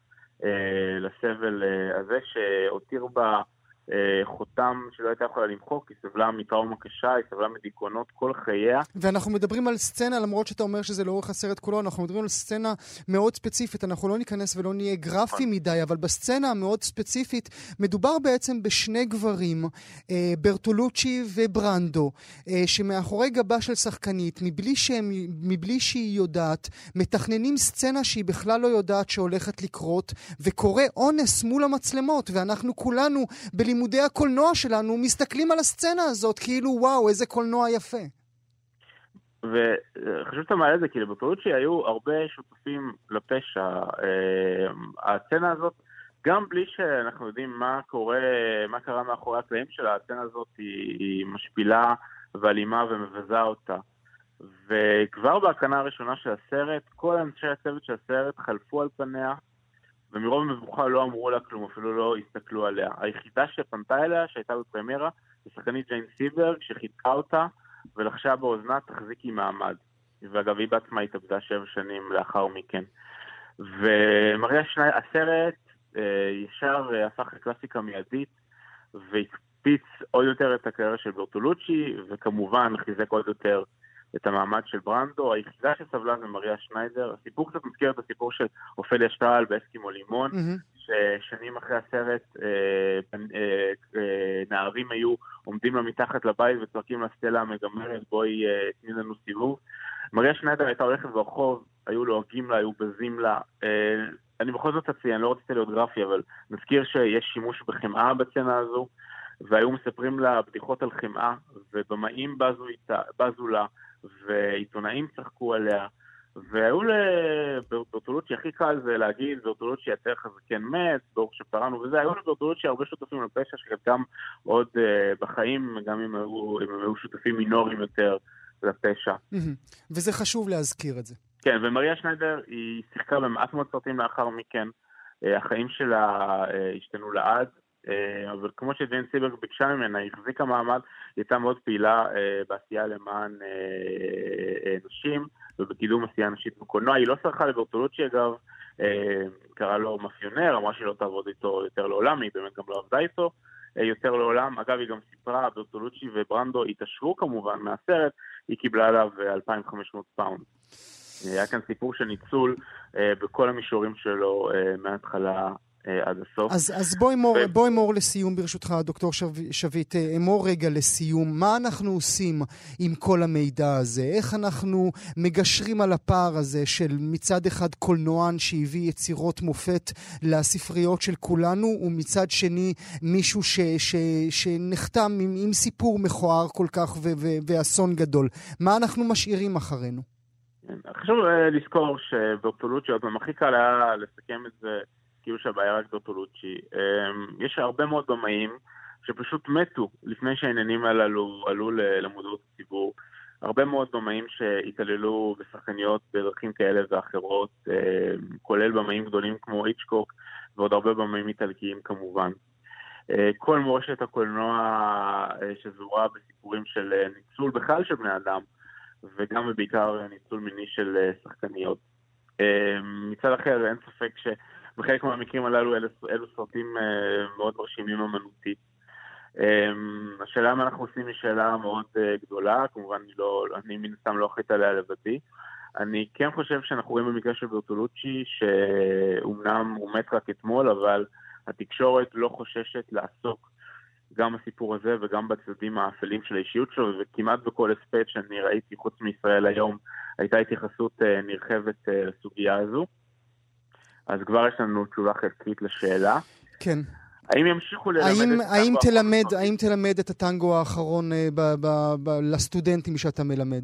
Speaker 6: לסבל הזה שהותיר בה חותם שלא הייתה יכולה למחוק, היא סבלה מטראומה קשה, היא סבלה מדיכאונות כל חייה.
Speaker 3: ואנחנו מדברים על סצנה, למרות שאתה אומר שזה לא אורך הסרט כולו, אנחנו מדברים על סצנה מאוד ספציפית, אנחנו לא ניכנס ולא נהיה גרפי מדי, אבל בסצנה המאוד ספציפית מדובר בעצם בשני גברים, ברטולוצ'י וברנדו, שמאחורי גבה של שחקנית, מבלי, שהם, מבלי שהיא יודעת, מתכננים סצנה שהיא בכלל לא יודעת שהולכת לקרות, וקורה אונס מול המצלמות, ואנחנו כולנו בלימוד לימודי הקולנוע שלנו מסתכלים על הסצנה הזאת, כאילו וואו, איזה קולנוע יפה.
Speaker 6: וחשוב שאתה מעלה את זה, כי לברטולוצ'י היו הרבה שותפים לפשע. הסצנה הזאת, גם בלי שאנחנו יודעים מה קורה, מה קרה מאחורי הקלעים שלה, הסצנה הזאת היא, היא משפילה ואלימה ומבזה אותה. וכבר בהקרנה הראשונה של הסרט, כל אנשי הצוות של הסרט חלפו על פניה, ומרוב מבוכה לא אמרו לה כלום, אפילו לא הסתכלו עליה. היחידה שפנתה אליה, שהייתה בפרמיירה, היא שחקנית ג'יין סילברג, שחיתקה אותה, ולחשה באוזנה תחזיקי מעמד. ואגב, היא בעצמה התאבדה שבע שנים לאחר מכן. ומריה שניידר, הסרט אה, ישר אה, הפך לקלאסיקה מיידית, והקפיץ עוד יותר את הקריירה של ברטולוצ'י, וכמובן חיזק עוד יותר את המעמד של ברנדו. היחידה שסבלה זה מריה שניידר. הסיפור קצת מזכיר את הסיפור של אופליה שטרל באסקימו לימון, mm-hmm. ששנים אחרי הסרט נערים היו עומדים לה מתחת לבית וצועקים לה סטלה המגמרת, בואי תני לנו סיבוב. מריה שניידר הייתה הולכת ברחוב, היו לועגים לה, היו בזים לה. אני בכל זאת אציין, אני לא רציתי להיות גרפי, אבל נזכיר שיש שימוש בחמאה בצנה הזו, והיו מספרים לה בדיחות על חמאה, ובמאים בזו, בזו לה, ועיתונאים צחקו עליה, והיו לברטולוצ'י הכי קל זה להגיד, ברטולוצ'י יותר חזקן מת, ברוך שפרענו וזה, היו לברטולוצ'י הרבה שותפים לפשע, שגם עוד בחיים, גם אם היו, אם היו שותפים מינוריים יותר לפשע.
Speaker 3: וזה חשוב להזכיר את זה.
Speaker 6: כן, ומריה שניידר היא שיחקה במעט מאוד סרטים לאחר מכן, החיים שלה השתנו לעד, אבל כמו שדיין ציברג ביקשה ממנה, היא החזיקה מעמד, היא הייתה מאוד פעילה בעשייה למען נשים, ובקידום עשייה נשית בקולנוע. היא לא סרחה לברטולוצ'י אגב, קרא לו מאפיונר, אמרה שהיא לא תעבוד איתו יותר לעולם, היא באמת גם לא עבדה איתו יותר לעולם. אגב, היא גם סיפרה, ברטולוצ'י וברנדו התעשרו כמובן מהסרט, היא קיבלה עליו אלפיים וחמש מאות פאונד. היה כאן סיפור של ניצול בכל המישורים שלו מההתחלה עד הסוף.
Speaker 3: אז, אז בואי מור, ו... בואי מור לסיום ברשותך, דוקטור שביט, אמור רגע לסיום, מה אנחנו עושים עם כל המידע הזה? איך אנחנו מגשרים על הפער הזה של מצד אחד קולנוען שהביא יצירות מופת לספריות של כולנו, ומצד שני מישהו ש, ש, שנחתם עם, עם סיפור מכוער כל כך ו, ו, ואסון גדול. מה אנחנו משאירים אחרינו?
Speaker 6: חשוב לזכור שברטולוצ'י, עוד הכי קל היה לסכם את זה כאילו שהבעיה רק ברטולוצ'י. יש הרבה מאוד במאים שפשוט מתו לפני שהעניינים הללו עלו למודעות הציבור. הרבה מאוד במאים שהתעללו בשחקניות בדרכים כאלה ואחרות, כולל במאים גדולים כמו היצ'קוק ועוד הרבה במאים איטלקיים כמובן. כל מורשת הקולנוע שזורה בסיפורים של ניצול בכלל של בני אדם, וגם ובעיקר ניצול מיני של שחקניות. מצד אחר, אין ספק שבחלק מהמקרים הללו אלו, אלו סרטים מאוד מרשימים אמנותית. השאלה מה אנחנו עושים היא שאלה מאוד גדולה, כמובן אני, לא, אני מן הסתם לא אחראית עליה לבדי. אני כן חושב שאנחנו רואים במקרה של ברטולוצ'י, שאומנם הוא מת רק אתמול, אבל התקשורת לא חוששת לעסוק גם הסיפור הזה וגם בצדדים האפלים של האישיות שלו, וכמעט בכל הספט שאני ראיתי חוץ מישראל היום, הייתה התייחסות נרחבת לסוגיה הזו. אז כבר יש לנו תשובה חלקית לשאלה.
Speaker 3: כן.
Speaker 6: האם ימשיכו ללמד
Speaker 3: האם,
Speaker 6: את
Speaker 3: האם תלמד, האם תלמד את הטנגו האחרון ב, ב, ב, לסטודנטים שאתה מלמד?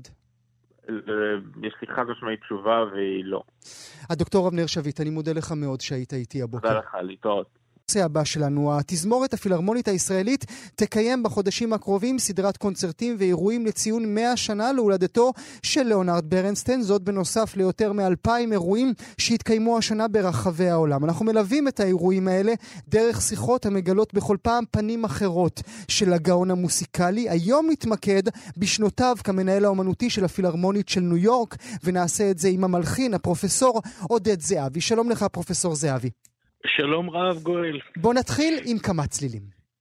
Speaker 6: יש לי חד משמעית תשובה והיא לא.
Speaker 3: הדוקטור אבנר שביט, אני מודה לך מאוד שהיית איתי הבוקר.
Speaker 6: תודה לך, להתראות.
Speaker 3: הנושא הבא שלנו, התזמורת הפילהרמונית הישראלית תקיים בחודשים הקרובים סדרת קונצרטים ואירועים לציון מאה שנה להולדתו של ליאונרד ברנסטיין, זאת בנוסף ליותר מאלפיים אירועים שהתקיימו השנה ברחבי העולם. אנחנו מלווים את האירועים האלה דרך שיחות המגלות בכל פעם פנים אחרות של הגאון המוסיקלי. היום נתמקד בשנותיו כמנהל האומנותי של הפילהרמונית של ניו יורק, ונעשה את זה עם המלחין, הפרופסור עודד זהבי. שלום לך פרופסור זהבי.
Speaker 7: שלום רב גואל.
Speaker 3: בוא נתחיל עם כמה צלילים.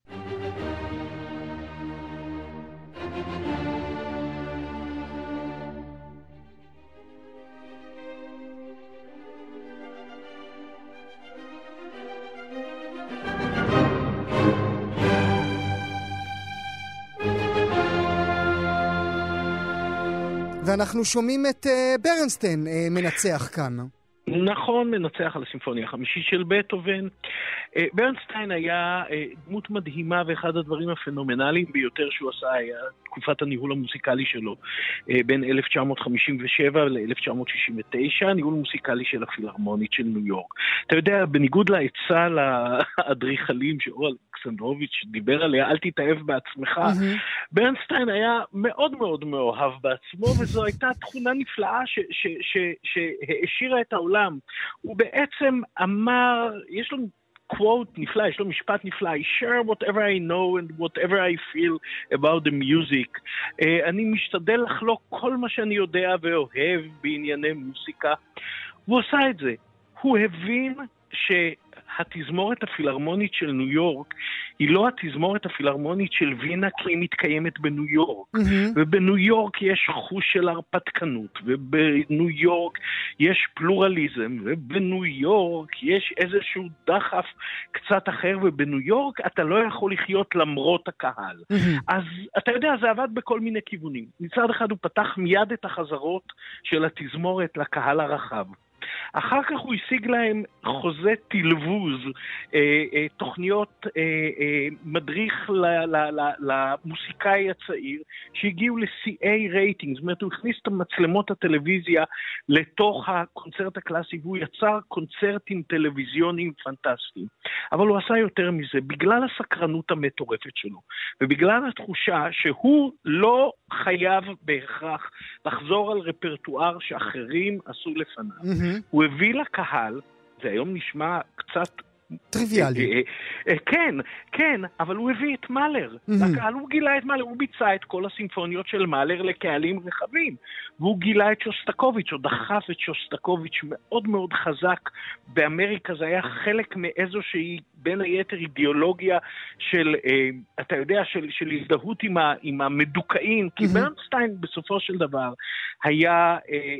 Speaker 3: ואנחנו שומעים את uh, ברנסטיין uh, מנצח כאן.
Speaker 7: נכון, מנצח על הסימפוניה החמישית של בטהובן. ברנסטיין היה דמות מדהימה, ואחד הדברים הפנומנליים ביותר שהוא עשה היה תקופת הניהול המוסיקלי שלו בין אלף תשע מאות חמישים ושבע ל-אלף תשע מאות שישים ותשע, הניהול המוסיקלי של הפילהרמונית של ניו יורק. אתה יודע, בניגוד לעצה לאדריכלים שאורל אלכסנדרוביץ' דיבר עליה, אל תתאהב בעצמך, mm-hmm. ברנסטיין היה מאוד מאוד מאוהב בעצמו, וזו הייתה תכונה נפלאה שהשאירה את העולם. הוא בעצם אמר, יש לו quote נפלא, יש לו משפט נפלא, I share whatever I know and whatever I feel about the music. Uh, אני משתדל לחלוק כל מה שאני יודע ואוהב בענייני מוסיקה. הוא עושה את זה. הוא הבין שהתזמורת הפילהרמונית של ניו יורק היא לא התזמורת הפילהרמונית של וינה, כי היא מתקיימת בניו יורק. Mm-hmm. ובניו יורק יש חוש של הרפתקנות, ובניו יורק יש פלורליזם, ובניו יורק יש איזשהו דחף קצת אחר, ובניו יורק אתה לא יכול לחיות למרות הקהל. Mm-hmm. אז אתה יודע, זה עבד בכל מיני כיוונים. מצד אחד הוא פתח מיד את החזרות של התזמורת לקהל הרחב. אחר כך הוא השיג להם חוזה תלבוז, אה, אה, תוכניות אה, אה, מדריך ל, ל, ל, למוסיקאי הצעיר, שהגיעו ל-סי איי רייטינג, זאת אומרת, הוא הכניס את מצלמות הטלוויזיה לתוך הקונצרט הקלאסי, והוא יצר קונצרטים טלוויזיוניים פנטסטיים. אבל הוא עשה יותר מזה, בגלל הסקרנות המטורפת שלו, ובגלל התחושה שהוא לא חייב בהכרח לחזור על רפרטואר שאחרים עשו לפניו. Mm-hmm. הוא הביא לקהל, זה היום נשמע קצת
Speaker 3: טריוויאלי.
Speaker 7: כן, כן, אבל הוא הביא את מאלר. לקהל הוא גילה את מאלר, הוא ביצע את כל הסימפוניות של מאלר לקהלים רחבים. והוא גילה את שוסטקוביץ', או דחף את שוסטקוביץ' מאוד מאוד חזק. באמריקה זה היה חלק מאיזושהי, בין היתר, אידיאולוגיה של, אתה יודע, של, של הזדהות עם, ה, עם המדוכאים. כי ברנסטיין בסופו של דבר היה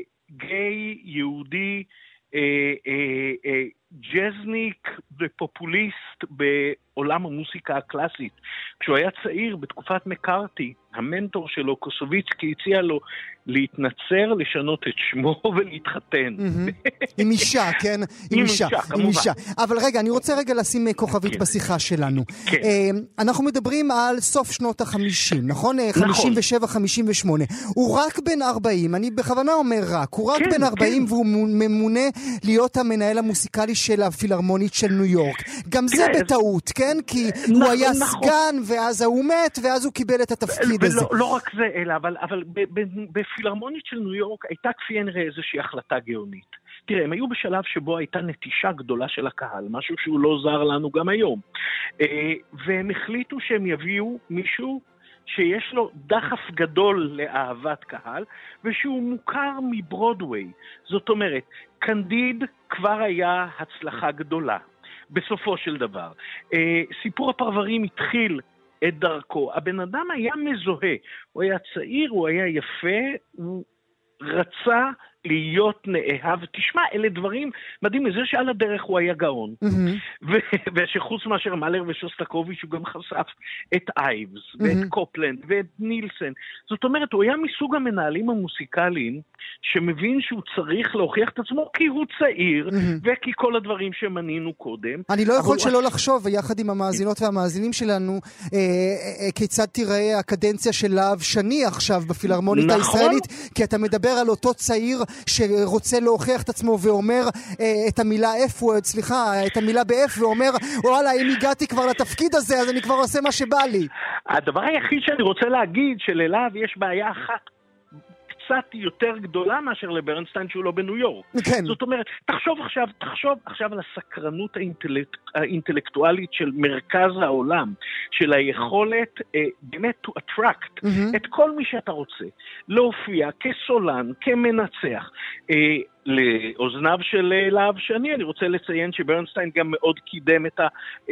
Speaker 7: גיי, יהודי, אה, אה, אה, ג'זניק ופופוליסט בעולם המוסיקה הקלאסית. כשהוא היה צעיר בתקופת מקארתי, המנטור שלו, קוסוביצקי, הציע לו להתנצר, לשנות את שמו ולהתחתן.
Speaker 3: עם אישה, כן?
Speaker 7: עם אישה, כמובן.
Speaker 3: אבל רגע, אני רוצה רגע לשים כוכבית בשיחה שלנו. אנחנו מדברים על סוף שנות החמישים, נכון? חמישים ושבע חמישים ושמונה. הוא רק בן ארבעים, אני בכוונה אומר רק, הוא רק בן ארבעים והוא ממונה להיות המנהל המוסיקלי של הפילהרמונית של ניו יורק. גם זה בטעות, כן? כי הוא היה סגן, ואז הוא מת, ואז הוא קיבל את התפקיד הזה.
Speaker 7: לא רק זה, אלא, אבל בפילהרמונית של ניו יורק הייתה כפי הנראה איזושהי החלטה גאונית. תראה, הם היו בשלב שבו הייתה נטישה גדולה של הקהל, משהו שהוא לא זר לנו גם היום. והם החליטו שהם יביאו מישהו שיש לו דחף גדול לאהבת קהל, ושהוא מוכר מברודווי. זאת אומרת, קנדיד כבר היה הצלחה גדולה, בסופו של דבר. סיפור הפרברים התחיל את דרכו. הבן אדם היה מזוהה, הוא היה צעיר, הוא היה יפה, הוא רצה להיות נאהב. תשמע, אלה דברים מדהים, לזה שעל הדרך הוא היה גאון. Mm-hmm. ושחוץ מאשר מאלר ושוסטקוביץ' הוא גם חשף את אייבס, mm-hmm. ואת קופלנד, ואת נילסן. זאת אומרת, הוא היה מסוג המנהלים המוסיקליים, שמבין שהוא צריך להוכיח את עצמו, כי הוא צעיר, mm-hmm. וכי כל הדברים שמנינו קודם.
Speaker 3: אני לא יכול שלא הוא... לחשוב, יחד עם המאזינות והמאזינים שלנו, אה, אה, כיצד תיראה הקדנציה של להב שני עכשיו בפילהרמונית נכון. הישראלית, כי אתה מדבר על אותו צעיר, שרוצה להוכיח את עצמו ואומר אה, את המילה F word, סליחה, את המילה ב-F ואומר, וואלה, אם הגעתי כבר לתפקיד הזה, אז אני כבר עושה מה שבא לי.
Speaker 7: הדבר היחיד שאני רוצה להגיד, שלאליו יש בעיה אחת קצת יותר גדולה מאשר לברנסטיין שהוא לא בניו יורק.
Speaker 3: כן.
Speaker 7: זאת אומרת, תחשוב עכשיו, תחשוב עכשיו על הסקרנות האינטלק, האינטלקטואלית של מרכז העולם, של היכולת אה, באמת to attract mm-hmm. את כל מי שאתה רוצה, להופיע כסולן, כמנצח. אה, לאוזניו של להב שני, אני רוצה לציין שברנסטיין גם מאוד קידם את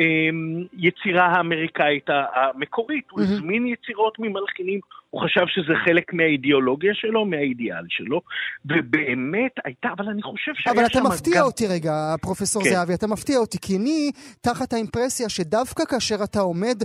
Speaker 7: היצירה האמריקאית המקורית, הוא הזמין יצירות ממלחינים, הוא חשב שזה חלק מהאידיאולוגיה שלו, מהאידיאל שלו, ובאמת הייתה, אבל אני חושב שהיה
Speaker 3: אבל אתה מפתיע גם... אותי רגע, פרופסור כן. זהבי, אתה מפתיע אותי, כי אני תחת האימפרסיה שדווקא כאשר אתה עומד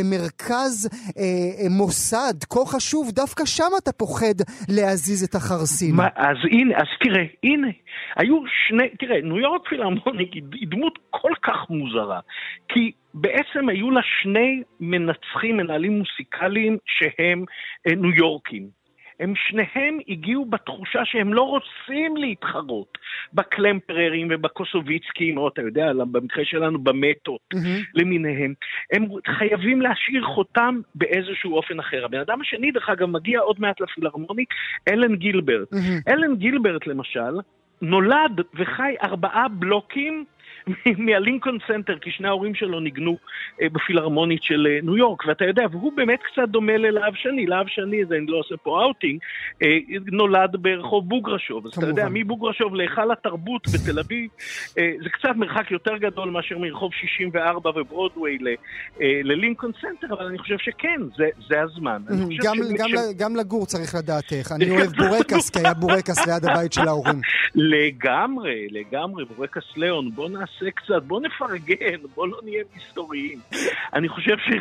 Speaker 3: במרכז אה, מוסד כה חשוב, דווקא שם אתה פוחד להזיז את החרסין.
Speaker 7: מה, אז הנה, אז תראה, הנה, היו שני, תראה, ניו יורק פילהרמוניק היא דמות כל כך מוזרה, כי בעצם היו לה שני מנצחים, מנהלים מוסיקליים שהם אה, ניו יורקים. הם שניהם הגיעו בתחושה שהם לא רוצים להתחרות בקלמפררים ובקוסוביצקים, או אתה יודע, במקרה שלנו במטות mm-hmm. למיניהם. הם חייבים להשאיר חותם באיזשהו אופן אחר. הבן אדם השני, דרך אגב, מגיע עוד מעט לפילהרמוניק, אלן גילברט. Mm-hmm. אלן גילברט, למשל, נולד וחי ארבעה בלוקים מהלינקולן סנטר, כי שני ההורים שלו ניגנו בפילהרמונית של ניו יורק, ואתה יודע, והוא באמת קצת דומה ללהב שני, להב שני, זה אני לא עושה פה אאוטינג, נולד ברחוב בוגרשוב, אז אתה יודע, מבוגרשוב להיכל התרבות בתל אביב, זה קצת מרחק יותר גדול מאשר מרחוב שישים וארבע וברודווי ללינקולן סנטר, אבל אני חושב שכן, זה הזמן.
Speaker 3: גם לגור צריך לדעת איך, אני אוהב בורקס, כי היה בורקס ליד הבית של ההורים.
Speaker 7: לגמרי, לגמרי, בורקס ליאון, בוא נעשה קצת, בוא נפרגן, בוא לא נהיה היסטוריים. אני חושב ש...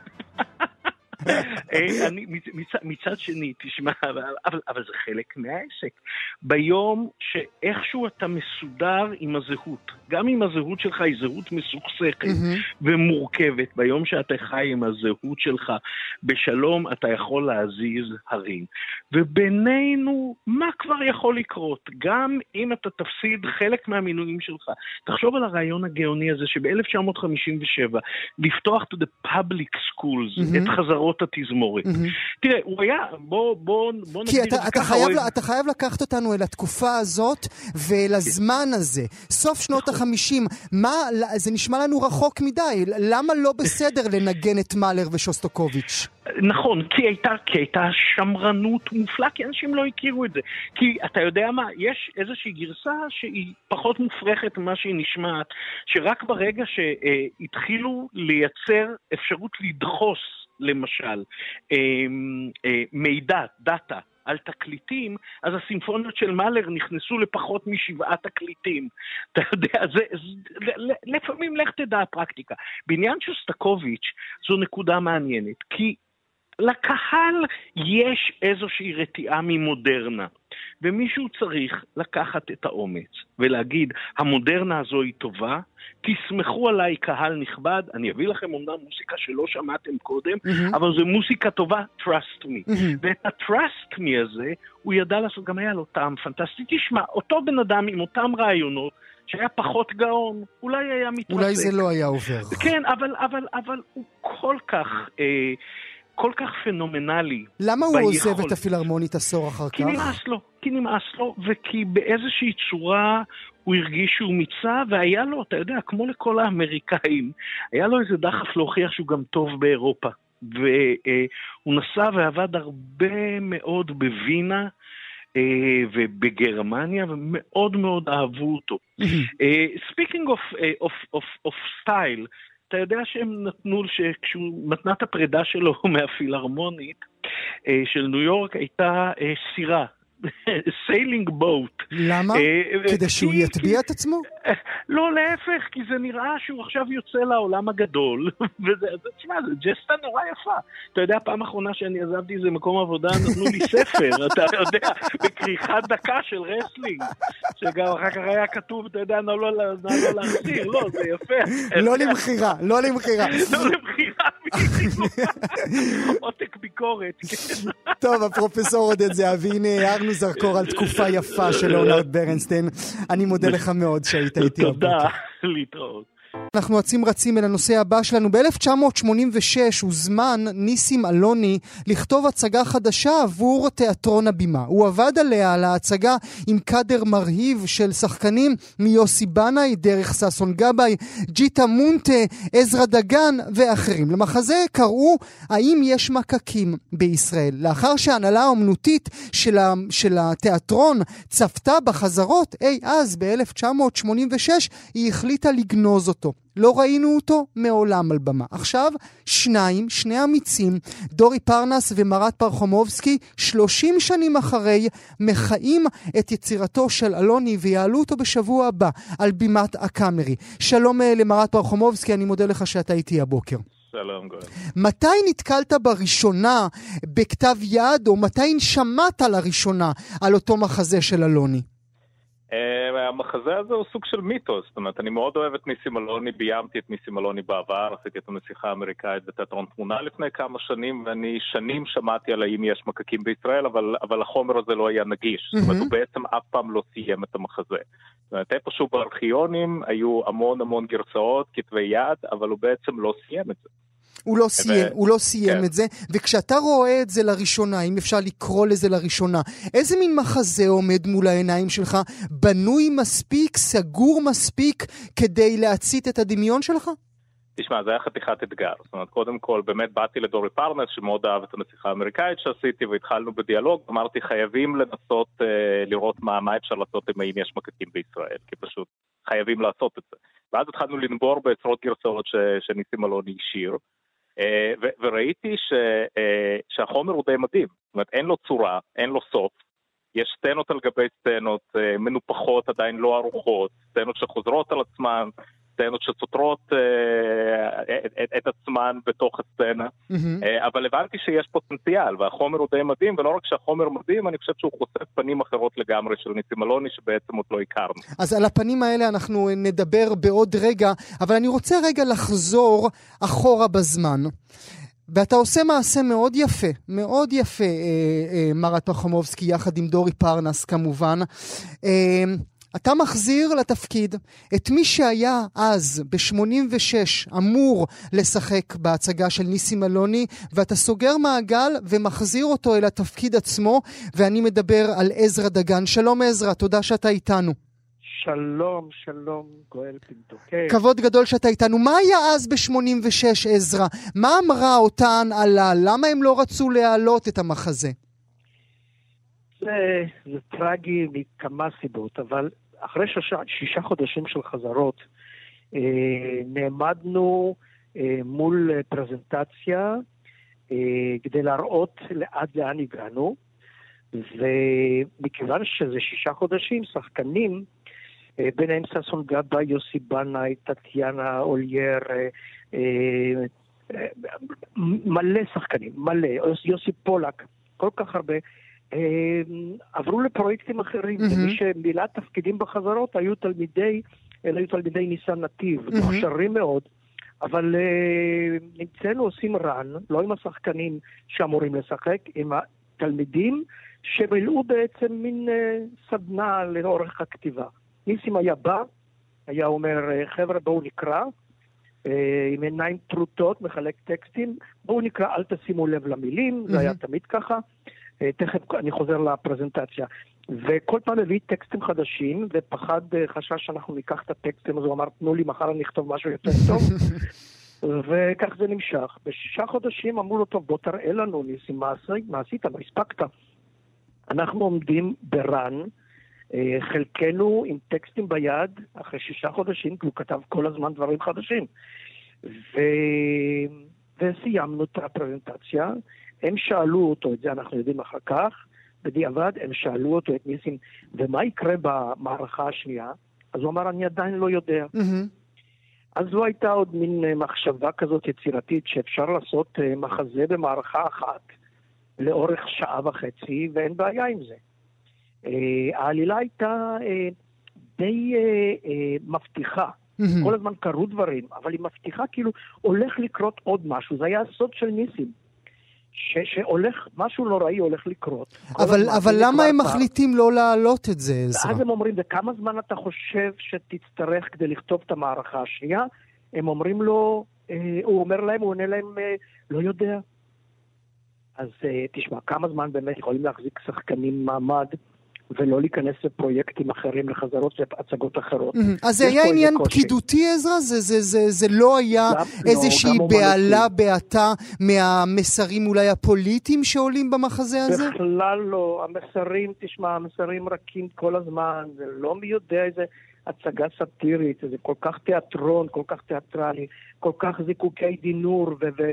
Speaker 7: אני, מצד, מצד שני, תשמע, אבל, אבל זה חלק מהעסק. ביום שאיכשהו אתה מסודר עם הזהות, גם אם הזהות שלך היא זהות מסוכסכת mm-hmm. ומורכבת, ביום שאתה חי עם הזהות שלך בשלום, אתה יכול להזיז הרים. ובינינו, מה כבר יכול לקרות? גם אם אתה תפסיד חלק מהמינויים שלך. תחשוב על הרעיון הגאוני הזה שב-אלף תשע מאות חמישים ושבע, לפתוח to the public schools, mm-hmm. את חזרות התזמורת. Mm-hmm. תראה, הוא היה, בוא, בוא, בוא נגדיר את זה ככה.
Speaker 3: כי אתה חייב, אתה חייב לקחת אותנו אל התקופה הזאת ואל הזמן הזה. סוף שנות החמישים, מה, זה נשמע לנו רחוק מדי. למה לא בסדר לנגן את מאלר ושוסטוקוביץ'?
Speaker 7: נכון, כי הייתה, כי הייתה שמרנות מופלאה, כי אנשים לא הכירו את זה. כי אתה יודע מה, יש איזושהי גרסה שהיא פחות מופרכת ממה שהיא נשמעת, שרק ברגע שהתחילו לייצר אפשרות לדחוס, למשל, מידע, דאטה, על תקליטים, אז הסימפוניות של מאלר נכנסו לפחות משבעה תקליטים. אתה יודע, זה, זה, לפעמים לך תדע הפרקטיקה. בעניין שוסטקוביץ' זו נקודה מעניינת, כי לקהל יש איזושהי רתיעה ממודרנה, ומישהו צריך לקחת את האומץ ולהגיד, המודרנה הזו היא טובה, תסמכו עליי קהל נכבד, אני אביא לכם אומנם מוסיקה שלא שמעתם קודם, mm-hmm. אבל זו מוסיקה טובה, trust me. Mm-hmm. ואת ה-trust me הזה, הוא ידע לעשות, גם היה לו טעם פנטסטי. תשמע, אותו בן אדם עם אותם רעיונות, שהיה פחות גאון, אולי היה מתרסק.
Speaker 3: אולי זה לא היה עובר.
Speaker 7: כן, אבל, אבל, אבל הוא כל כך... אה, כל כך פנומנלי.
Speaker 3: למה הוא עוזב את הפילהרמונית עשור אחר כך?
Speaker 7: כי נמאס לו, כי נמאס לו, וכי באיזושהי צורה הוא הרגיש שהוא מיצה, והיה לו, אתה יודע, כמו לכל האמריקאים, היה לו איזה דחף להוכיח שהוא גם טוב באירופה. והוא נסע ועבד הרבה מאוד בווינה, ובגרמניה, ומאוד מאוד אהבו אותו. Speaking of, of, of, of style, אתה יודע שהם נתנו, שכשהוא מתנה את הפרידה שלו מהפילהרמונית של ניו יורק, הייתה סירה, סיילינג בוט.
Speaker 3: למה? כדי שהוא יטביע את עצמו?
Speaker 7: לא, להפך, כי זה נראה שהוא עכשיו יוצא לעולם הגדול, וזה, תשמע, זה ג'סטה נורא יפה. אתה יודע, פעם האחרונה שאני עזבתי איזה מקום עבודה, נתנו לי ספר, אתה יודע, בכריכת דקה של רסלינג, שגם אחר כך היה כתוב, אתה יודע, לא להחזיר, לא, זה יפה.
Speaker 3: לא למחירה, לא למחירה.
Speaker 7: לא למחירה, עותק ביקורת.
Speaker 3: טוב, הפרופסור עודד זהבי, הנה הערנו זרקור על תקופה יפה של ליאונרד ברנסטיין. אני מודה לך מאוד שהיית איתי.
Speaker 7: תודה, להתראות.
Speaker 3: אנחנו עצים רצים אל הנושא הבא שלנו. ב-אלף תשע מאות שמונים ושש הוזמן ניסים אלוני לכתוב הצגה חדשה עבור תיאטרון הבימה. הוא עבד עליה, על ההצגה, עם קדר מרהיב של שחקנים מיוסי בנאי, דרך ססון גבאי, ג'יטה מונטה, עזרא דגן ואחרים. למחזה קראו האם יש מקקים בישראל. לאחר שההנהלה האומנותית של, ה- של התיאטרון צפתה בחזרות, אי אז ב-אלף תשע מאות שמונים ושש היא החליטה לגנוז אותו. לא ראינו אותו מעולם על במה. עכשיו, שניים, שני אמיצים, דורי פרנס ומרת פרחומובסקי, שלושים שנים אחרי, מחיים את יצירתו של אלוני ויעלו אותו בשבוע הבא על בימת הקאמרי. שלום למרת פרחומובסקי, אני מודה לך שאתה איתי הבוקר.
Speaker 8: שלום גואל.
Speaker 3: מתי נתקלת בראשונה בכתב יד, או מתי שמעת לראשונה על אותו מחזה של אלוני?
Speaker 8: המחזה הזה הוא סוג של מיתוס, זאת אומרת, אני מאוד אוהב את ניסים אלוני, ביימתי את ניסים אלוני בעבר, עשיתי את הנסיכה האמריקאית בתיאטרון תמונה לפני כמה שנים, ואני שנים שמעתי על האם יש מקקים בישראל, אבל, אבל החומר הזה לא היה נגיש, זאת אומרת, הוא בעצם אף פעם לא סיים את המחזה. זאת אומרת, איפשהו בארכיונים היו המון המון גרסאות, כתבי יד, אבל הוא בעצם לא סיים את זה.
Speaker 3: הוא לא סיים, הוא לא סיים את זה, וכשאתה רואה את זה לראשונה, אם אפשר לקרוא לזה לראשונה, איזה מין מחזה עומד מול העיניים שלך, בנוי מספיק, סגור מספיק, כדי להצית את הדמיון שלך?
Speaker 8: תשמע, זה היה חתיכת אתגר. זאת אומרת, קודם כל, באמת באתי לדורי פרנס, שמאוד אהב את הנסיכה האמריקאית שעשיתי, והתחלנו בדיאלוג, אמרתי, חייבים לנסות אה, לראות מה, מה אפשר לעשות עם האם יש מקקים בישראל, כי פשוט חייבים לעשות את זה. ואז התחלנו לנבור בעשרות גרסאות ש, שניסים אלוני השאיר, אה, ו, וראיתי ש, אה, שהחומר הוא די מדהים. זאת אומרת, אין לו צורה, אין לו סוף, יש סצנות על גבי סצנות, אה, מנופחות, עדיין לא ארוחות, סצנות שחוזרות על עצמן, סצנות שסותרות אה, את, את עצמן בתוך הסצנה, mm-hmm. אה, אבל הבנתי שיש פוטנציאל, והחומר הוא די מדהים, ולא רק שהחומר מדהים, אני חושב שהוא חושף פנים אחרות לגמרי של ניסים אלוני, שבעצם עוד לא הכרנו.
Speaker 3: אז על הפנים האלה אנחנו נדבר בעוד רגע, אבל אני רוצה רגע לחזור אחורה בזמן. ואתה עושה מעשה מאוד יפה, מאוד יפה, אה, אה, מרת פחומובסקי, יחד עם דורי פרנס כמובן. אה, אתה מחזיר לתפקיד את מי שהיה אז ב-שמונים ושש אמור לשחק בהצגה של ניסים אלוני, ואתה סוגר מעגל ומחזיר אותו אל התפקיד עצמו, ואני מדבר על עזרא דגן. שלום עזרא, תודה שאתה איתנו.
Speaker 9: שלום, שלום, גואל פינטו.
Speaker 3: כבוד גדול שאתה איתנו. מה היה אז ב-שמונים ושש, עזרא? מה אמרה אותן עלה? למה הם לא רצו להעלות את המחזה?
Speaker 9: זה, זה טרגי מכמה סיבות, אבל אחרי שישה, שישה חודשים של חזרות, אה, נעמדנו אה, מול פרזנטציה אה, כדי להראות עד לאן הגענו, ומכיוון שזה שישה חודשים, שחקנים, אה, ביניהם ששון גבאי, יוסי בנאי, טטיאנה אולייר, אה, אה, מלא שחקנים, מלא, יוסי פולק, כל כך הרבה, עברו לפרויקטים אחרים, ומי שמילא תפקידים בחזרות היו תלמידי, אלה היו תלמידי ניסן נתיב, מוכשרים מאוד, אבל נמצאנו עושים רן, לא עם השחקנים שאמורים לשחק, עם התלמידים שמילאו בעצם מין סדנה לאורך הכתיבה. ניסים היה בא, היה אומר, חבר'ה בואו נקרא, עם עיניים טרוטות, מחלק טקסטים, בואו נקרא, אל תשימו לב למילים, זה היה תמיד ככה, תכף אני חוזר לפרזנטציה, וכל פעם הביא טקסטים חדשים, ופחד, חשש שאנחנו ניקח את הטקסטים, אז הוא אמר, תנו לי, מחר אני אכתוב משהו יותר טוב, וכך זה נמשך. בשישה חודשים אמרו לו, טוב, בוא תראה לנו, ניסים, מה עשית, מה הספקת? אנחנו עומדים ברן, חלקנו עם טקסטים ביד, אחרי שישה חודשים, כי הוא כתב כל הזמן דברים חדשים, ו... וסיימנו את הפרזנטציה, הם שאלו אותו, את זה אנחנו יודעים אחר כך, בדיעבד הם שאלו אותו את ניסים, ומה יקרה במערכה השנייה? אז הוא אמר, אני עדיין לא יודע. Mm-hmm. אז לא הייתה עוד מין מחשבה כזאת יצירתית, שאפשר לעשות מחזה במערכה אחת, לאורך שעה וחצי, ואין בעיה עם זה. העלילה הייתה די מבטיחה, mm-hmm. כל הזמן קרו דברים, אבל היא מבטיחה כאילו הולך לקרות עוד משהו, זה היה הסוד של ניסים. ש- שהולך, משהו נוראי הולך לקרות.
Speaker 3: אבל, אבל למה הם פעם. מחליטים לא להעלות את זה, עזרא?
Speaker 9: אז הם אומרים, וכמה זמן אתה חושב שתצטרך כדי לכתוב את המערכה השנייה? הם אומרים לו, אה, הוא אומר להם, הוא עונה להם, אה, לא יודע. אז אה, תשמע, כמה זמן באמת יכולים להחזיק שחקנים מעמד, ולא להיכנס לפרויקטים אחרים, לחזרות והצגות אחרות.
Speaker 3: אז זה היה עניין פקידותי, עזרא? זה לא היה איזושהי בעלה בעתה מהמסרים אולי הפוליטיים שעולים במחזה הזה?
Speaker 9: בכלל לא. המסרים, תשמע, המסרים רכים כל הזמן, זה לא מי יודע איזה הצגה סאטירית, זה כל כך תיאטרון, כל כך תיאטרלי, כל כך זיקוקי דינור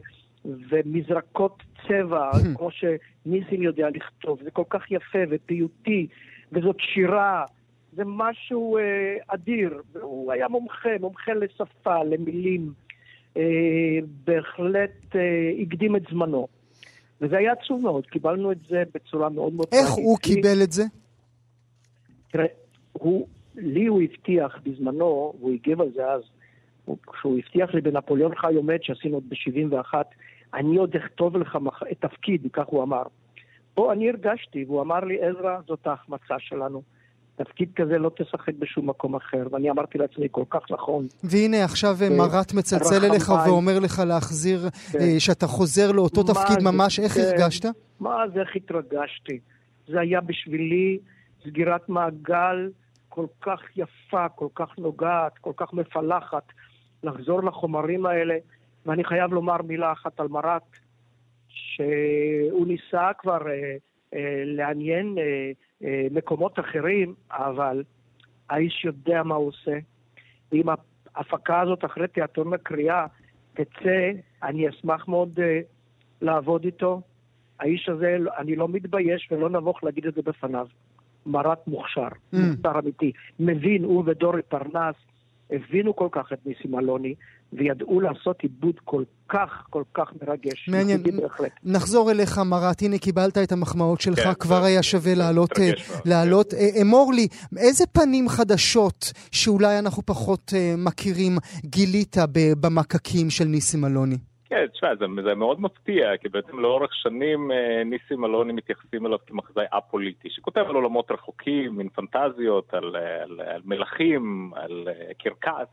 Speaker 9: ומזרקות צבע, כמו שניסים יודע לכתוב, זה כל כך יפה ופיוטי, וזאת שירה, זה משהו אה, אדיר, והוא היה מומחה, מומחה לשפה, למילים, אה, בהחלט אה, הקדים את זמנו, וזה היה עצוב מאוד, קיבלנו את זה בצורה מאוד מאוד...
Speaker 3: איך הוא קיבל את זה?
Speaker 9: תראה, הוא, לי הוא הבטיח בזמנו, והוא הגיב על זה אז, כשהוא הבטיח לי בנפוליאון חי עומד שעשינו ב-שבעים ואחת, אני עוד אכתוב לך את תפקיד, כך הוא אמר. פה אני הרגשתי, והוא אמר לי, עזרא, זאת ההחמצה שלנו. תפקיד כזה לא תשחק בשום מקום אחר, ואני אמרתי לעצמי כל כך נכון.
Speaker 3: והנה עכשיו מרת מצלצל אליך ואומר לך להחזיר, שאתה חוזר לאותו תפקיד ממש, איך הרגשת?
Speaker 9: מה זה, איך התרגשתי? זה היה בשבילי סגירת מעגל כל כך יפה, כל כך נוגעת, כל כך מפלחת, לחזור לחומרים האלה, ואני חייב לומר מילה אחת על מרת, שהוא ניסה כבר אה, אה, לעניין אה, אה, מקומות אחרים, אבל האיש יודע מה הוא עושה. ואם ההפקה הזאת אחרי תיאטרון הקריאה תצא, אני אשמח מאוד אה, לעבוד איתו. האיש הזה, אני לא מתבייש ולא נבוך להגיד את זה בפניו. מרת מוכשר, mm. מוכשר אמיתי. מבין, הוא ודורי פרנס, הבינו כל כך את ניסים אלוני, וידעו לעשות עיבוד כל כך, כל כך מרגש.
Speaker 3: מעניין, נחזור אליך מרת, הנה קיבלת את המחמאות שלך, כן, כבר כן, היה שווה לעלות, לעלות. כן. אמור לי, איזה פנים חדשות שאולי אנחנו פחות מכירים גילית במקקים של ניסים אלוני?
Speaker 8: כן, תשמע, זה, זה מאוד מפתיע, כי בעצם לאורך שנים ניסים אלוני מתייחסים אליו כמחזאי א-פוליטי, שכותב על עולמות רחוקים, מין פנטזיות, על, על, על מלכים, על קרקס,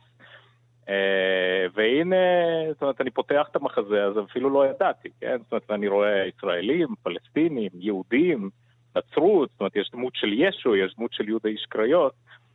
Speaker 8: והנה, זאת אומרת, אני פותח את המחזה הזה, אפילו לא ידעתי, כן? זאת אומרת, אני רואה ישראלים, פלסטינים, יהודים, נצרות, זאת אומרת, יש דמות של ישו, יש דמות של יהודה איש קריות,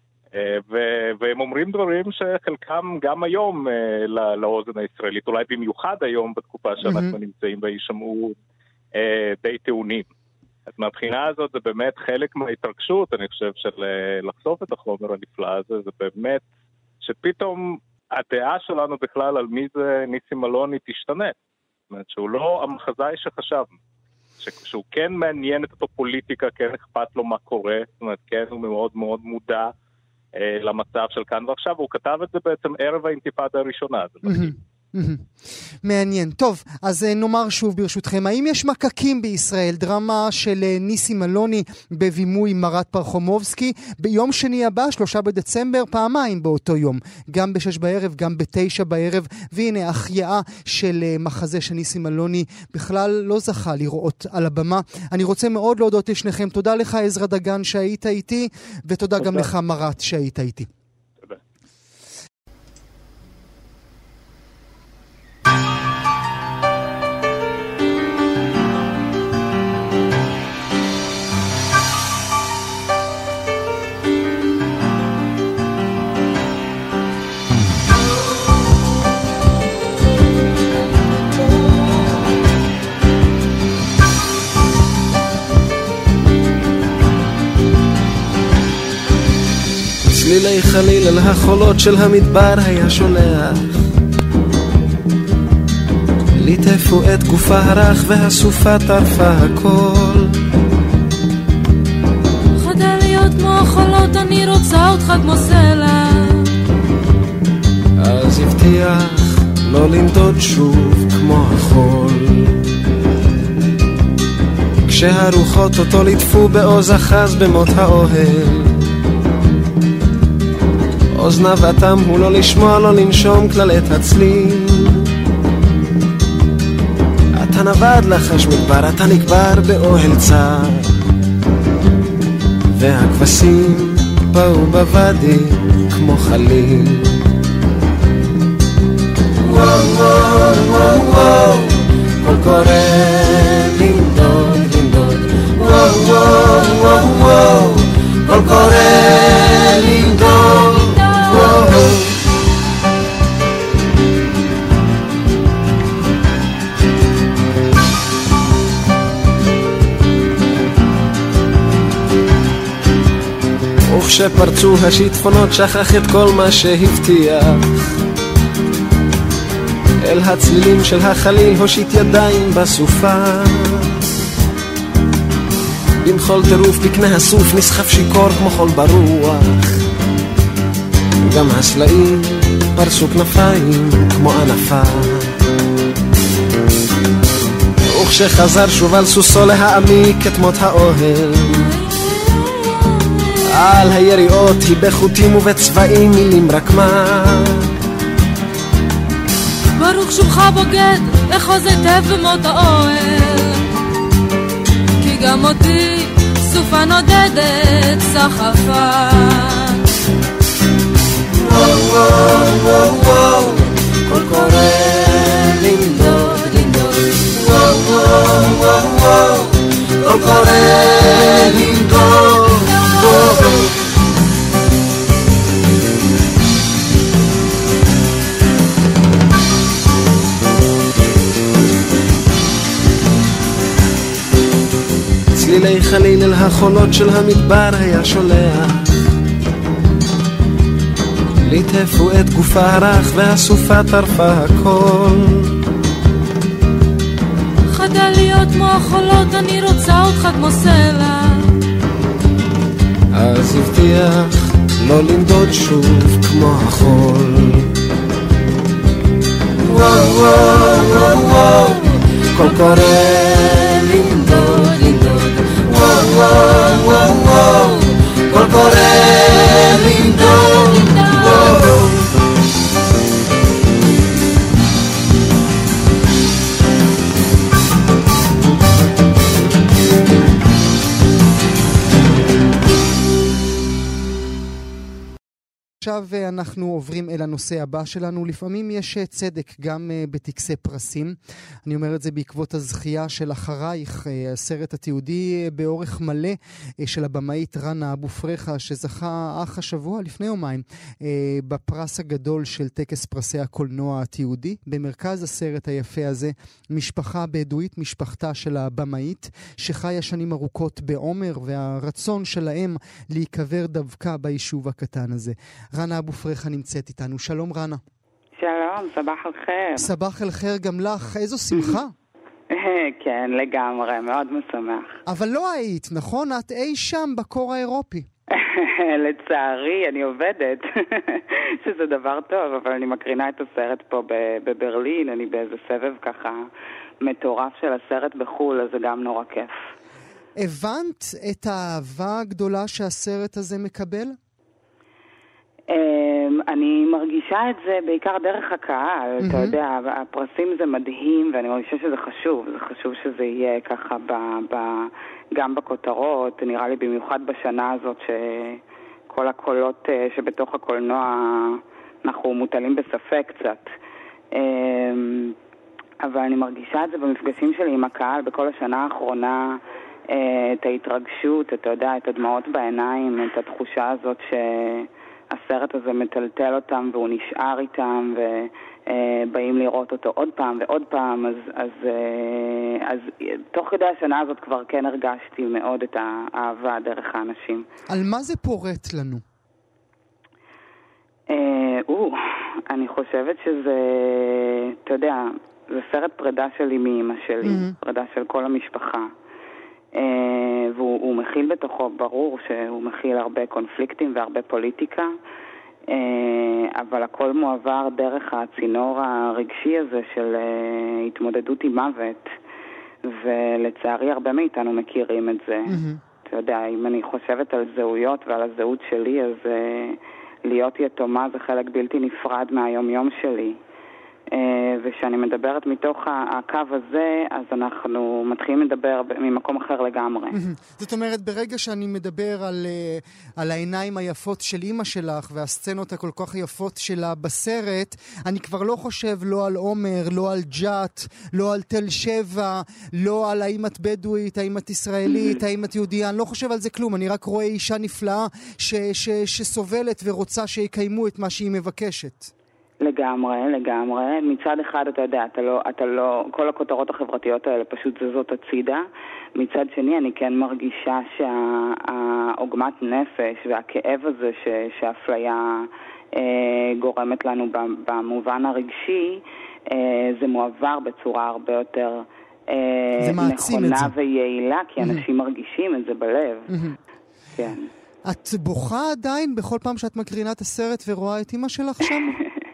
Speaker 8: ו- והם אומרים דברים שחלקם גם היום לא- לאוזן הישראלית, אולי במיוחד היום בתקופה שאנחנו mm-hmm. נמצאים בה, ישמעו אה, די טעונים. אז מהבחינה הזאת זה באמת חלק מההתרגשות, אני חושב, של לחשוף את החומר הנפלא הזה, זה באמת שפתאום הדעה שלנו בכלל על מי זה ניסים אלוני תשתנה. זאת אומרת שהוא לא המחזאי שחשבנו. שהוא כן מעניין את אותו פוליטיקה, כן אכפת לו מה קורה, זאת אומרת, כן הוא מאוד מאוד מודע אה, למצב של כאן ועכשיו, הוא כתב את זה בעצם ערב האינתיפאדה הראשונה. זה מדהים.
Speaker 3: מעניין. טוב, אז נאמר שוב ברשותכם, האם יש מקקים בישראל, דרמה של ניסים אלוני בבימוי מרת פרחומובסקי, ביום שני הבא, שלושה בדצמבר, פעמיים באותו יום, גם בשש בערב, גם בתשע בערב, והנה החייאה של מחזה שניסים אלוני בכלל לא זכה לראות על הבמה. אני רוצה מאוד להודות לשניכם, תודה לך עזרא דגן שהיית איתי, ותודה גם לך מרת שהיית איתי.
Speaker 10: צלילי חליל על החולות של המדבר היה שולח, ליטפו את גופה הרך והסופה טרפה הכל.
Speaker 11: חדל להיות כמו החולות, אני רוצה אותך כמו סלע.
Speaker 10: אז הבטיח לא לנדוד שוב כמו החול, כשהרוחות אותו ליטפו בעוז אחז במות האוהל. אוזניו אתם הוא לא לשמוע, לא לנשום כלל את הצליל. אתה נבד לחש מדבר, אתה נקבר באוהל צר, והכבשים באו בוואדי כמו חליל. וואו וואו וואו וואו, כל קורא לנדוד לנדוד. וואו וואו וואו וואו, כל קורא לנדוד. וכשפרצו השיטפונות שכח את כל מה שהבטיח, אל הצלילים של החליל הושיט ידיים בסופה. במחול טירוף בקנה הסוף נסחף שיקור כמו חול ברוח, גם הסלעים פרסו כנפיים כמו ענפה. וכשחזר שוב על סוסו להעמיק את מות האוהל, על היריעות היא בחוטים ובצבעים מילים רק מה.
Speaker 11: ברוך שובך בוגד, אחוז היטב במות האוהל, כי גם אותי סוף סופה נודדת סחפה.
Speaker 10: וואו וואו וואו וואו קול קורא לנדוד לנדוד. וואו וואו וואו וואו קול קורא לנדוד לנדוד. צלילי חליל אל החולות של המדבר היה שולח, ליטפו את גופה הרך והסופה טרפה הכל.
Speaker 11: חדל להיות כמו החולות, אני רוצה אותך כמו סלע.
Speaker 10: אז הבטיח לא לנדוד שוב כמו החול. וואו וואו וואו וואו קול קורא לנדוד לנדוד. וואו וואו וואו וואו קול קורא לנדוד.
Speaker 3: עכשיו אנחנו עוברים אל הנושא הבא שלנו. לפעמים יש צדק גם בטקסי פרסים. אני אומר את זה בעקבות הזכייה של אחרייך, הסרט התיעודי באורך מלא של הבמאית רנה אבו פרחה, שזכה אך השבוע לפני יומיים בפרס הגדול של טקס פרסי הקולנוע התיעודי. במרכז הסרט היפה הזה משפחה בדואית, משפחתה של הבמאית, שחיה שנים ארוכות בעומר, והרצון שלהם להיקבר דווקא ביישוב הקטן הזה. רנה אבו פרחה נמצאת איתנו. שלום רנה.
Speaker 12: שלום, סבח אל-חיר.
Speaker 3: סבח אל-חיר גם לך. איזו שמחה.
Speaker 12: כן, לגמרי, מאוד משמח.
Speaker 3: אבל לא היית, נכון? את אי שם בקור האירופי.
Speaker 12: לצערי, אני עובדת, שזה דבר טוב, אבל אני מקרינה את הסרט פה בברלין, אני באיזה סבב ככה מטורף של הסרט בחול, אז זה גם נורא כיף.
Speaker 3: הבנת את האהבה הגדולה שהסרט הזה מקבל?
Speaker 12: אני מרגישה את זה בעיקר דרך הקהל, אתה יודע, הפרסים זה מדהים ואני מרגישה שזה חשוב, זה חשוב שזה יהיה ככה גם בכותרות, נראה לי במיוחד בשנה הזאת שכל הקולות שבתוך הקולנוע אנחנו מוטלים בספק קצת, אבל אני מרגישה את זה במפגשים שלי עם הקהל בכל השנה האחרונה, את ההתרגשות, אתה יודע, את הדמעות בעיניים, את התחושה הזאת ש... הסרט הזה מטלטל אותם והוא נשאר איתם ובאים לראות אותו עוד פעם ועוד פעם, אז, אז, אז תוך כדי השנה הזאת כבר כן הרגשתי מאוד את האהבה דרך האנשים.
Speaker 3: על מה זה פורט לנו?
Speaker 12: או, אני חושבת שזה, אתה יודע, זה סרט פרידה שלי מאמא שלי, mm-hmm. פרידה של כל המשפחה. Uh, והוא מכיל בתוכו, ברור שהוא מכיל הרבה קונפליקטים והרבה פוליטיקה, uh, אבל הכל מועבר דרך הצינור הרגשי הזה של uh, התמודדות עם מוות, ולצערי הרבה מאיתנו מכירים את זה. Mm-hmm. אתה יודע, אם אני חושבת על זהויות ועל הזהות שלי, אז uh, להיות יתומה זה חלק בלתי נפרד מהיום-יום שלי. ושאני מדברת מתוך הקו הזה, אז אנחנו מתחילים לדבר ממקום אחר לגמרי.
Speaker 3: זאת אומרת, ברגע שאני מדבר על, על העיניים היפות של אמא שלך והסצנות הכל כך יפות שלה בסרט, אני כבר לא חושב לא על עומר, לא על ג'אט, לא על תל שבע, לא על האם את בדואית, האם את ישראלית, האם את יהודיה, אני לא חושב על זה כלום, אני רק רואה אישה נפלאה ש, ש, שסובלת ורוצה שיקיימו את מה שהיא מבקשת.
Speaker 12: לגמרי, לגמרי. מצד אחד, אתה יודע, אתה לא, אתה לא, כל הכותרות החברתיות האלה פשוט זזות הצידה. מצד שני, אני כן מרגישה שהעוגמת נפש והכאב הזה ש, שהאפליה אה, גורמת לנו במובן הרגשי, אה, זה מועבר בצורה הרבה יותר אה, נכונה ויעילה, כי אנשים מרגישים את זה בלב. כן.
Speaker 3: את בוכה עדיין בכל פעם שאת מקרינה את הסרט ורואה את אמא שלך שם?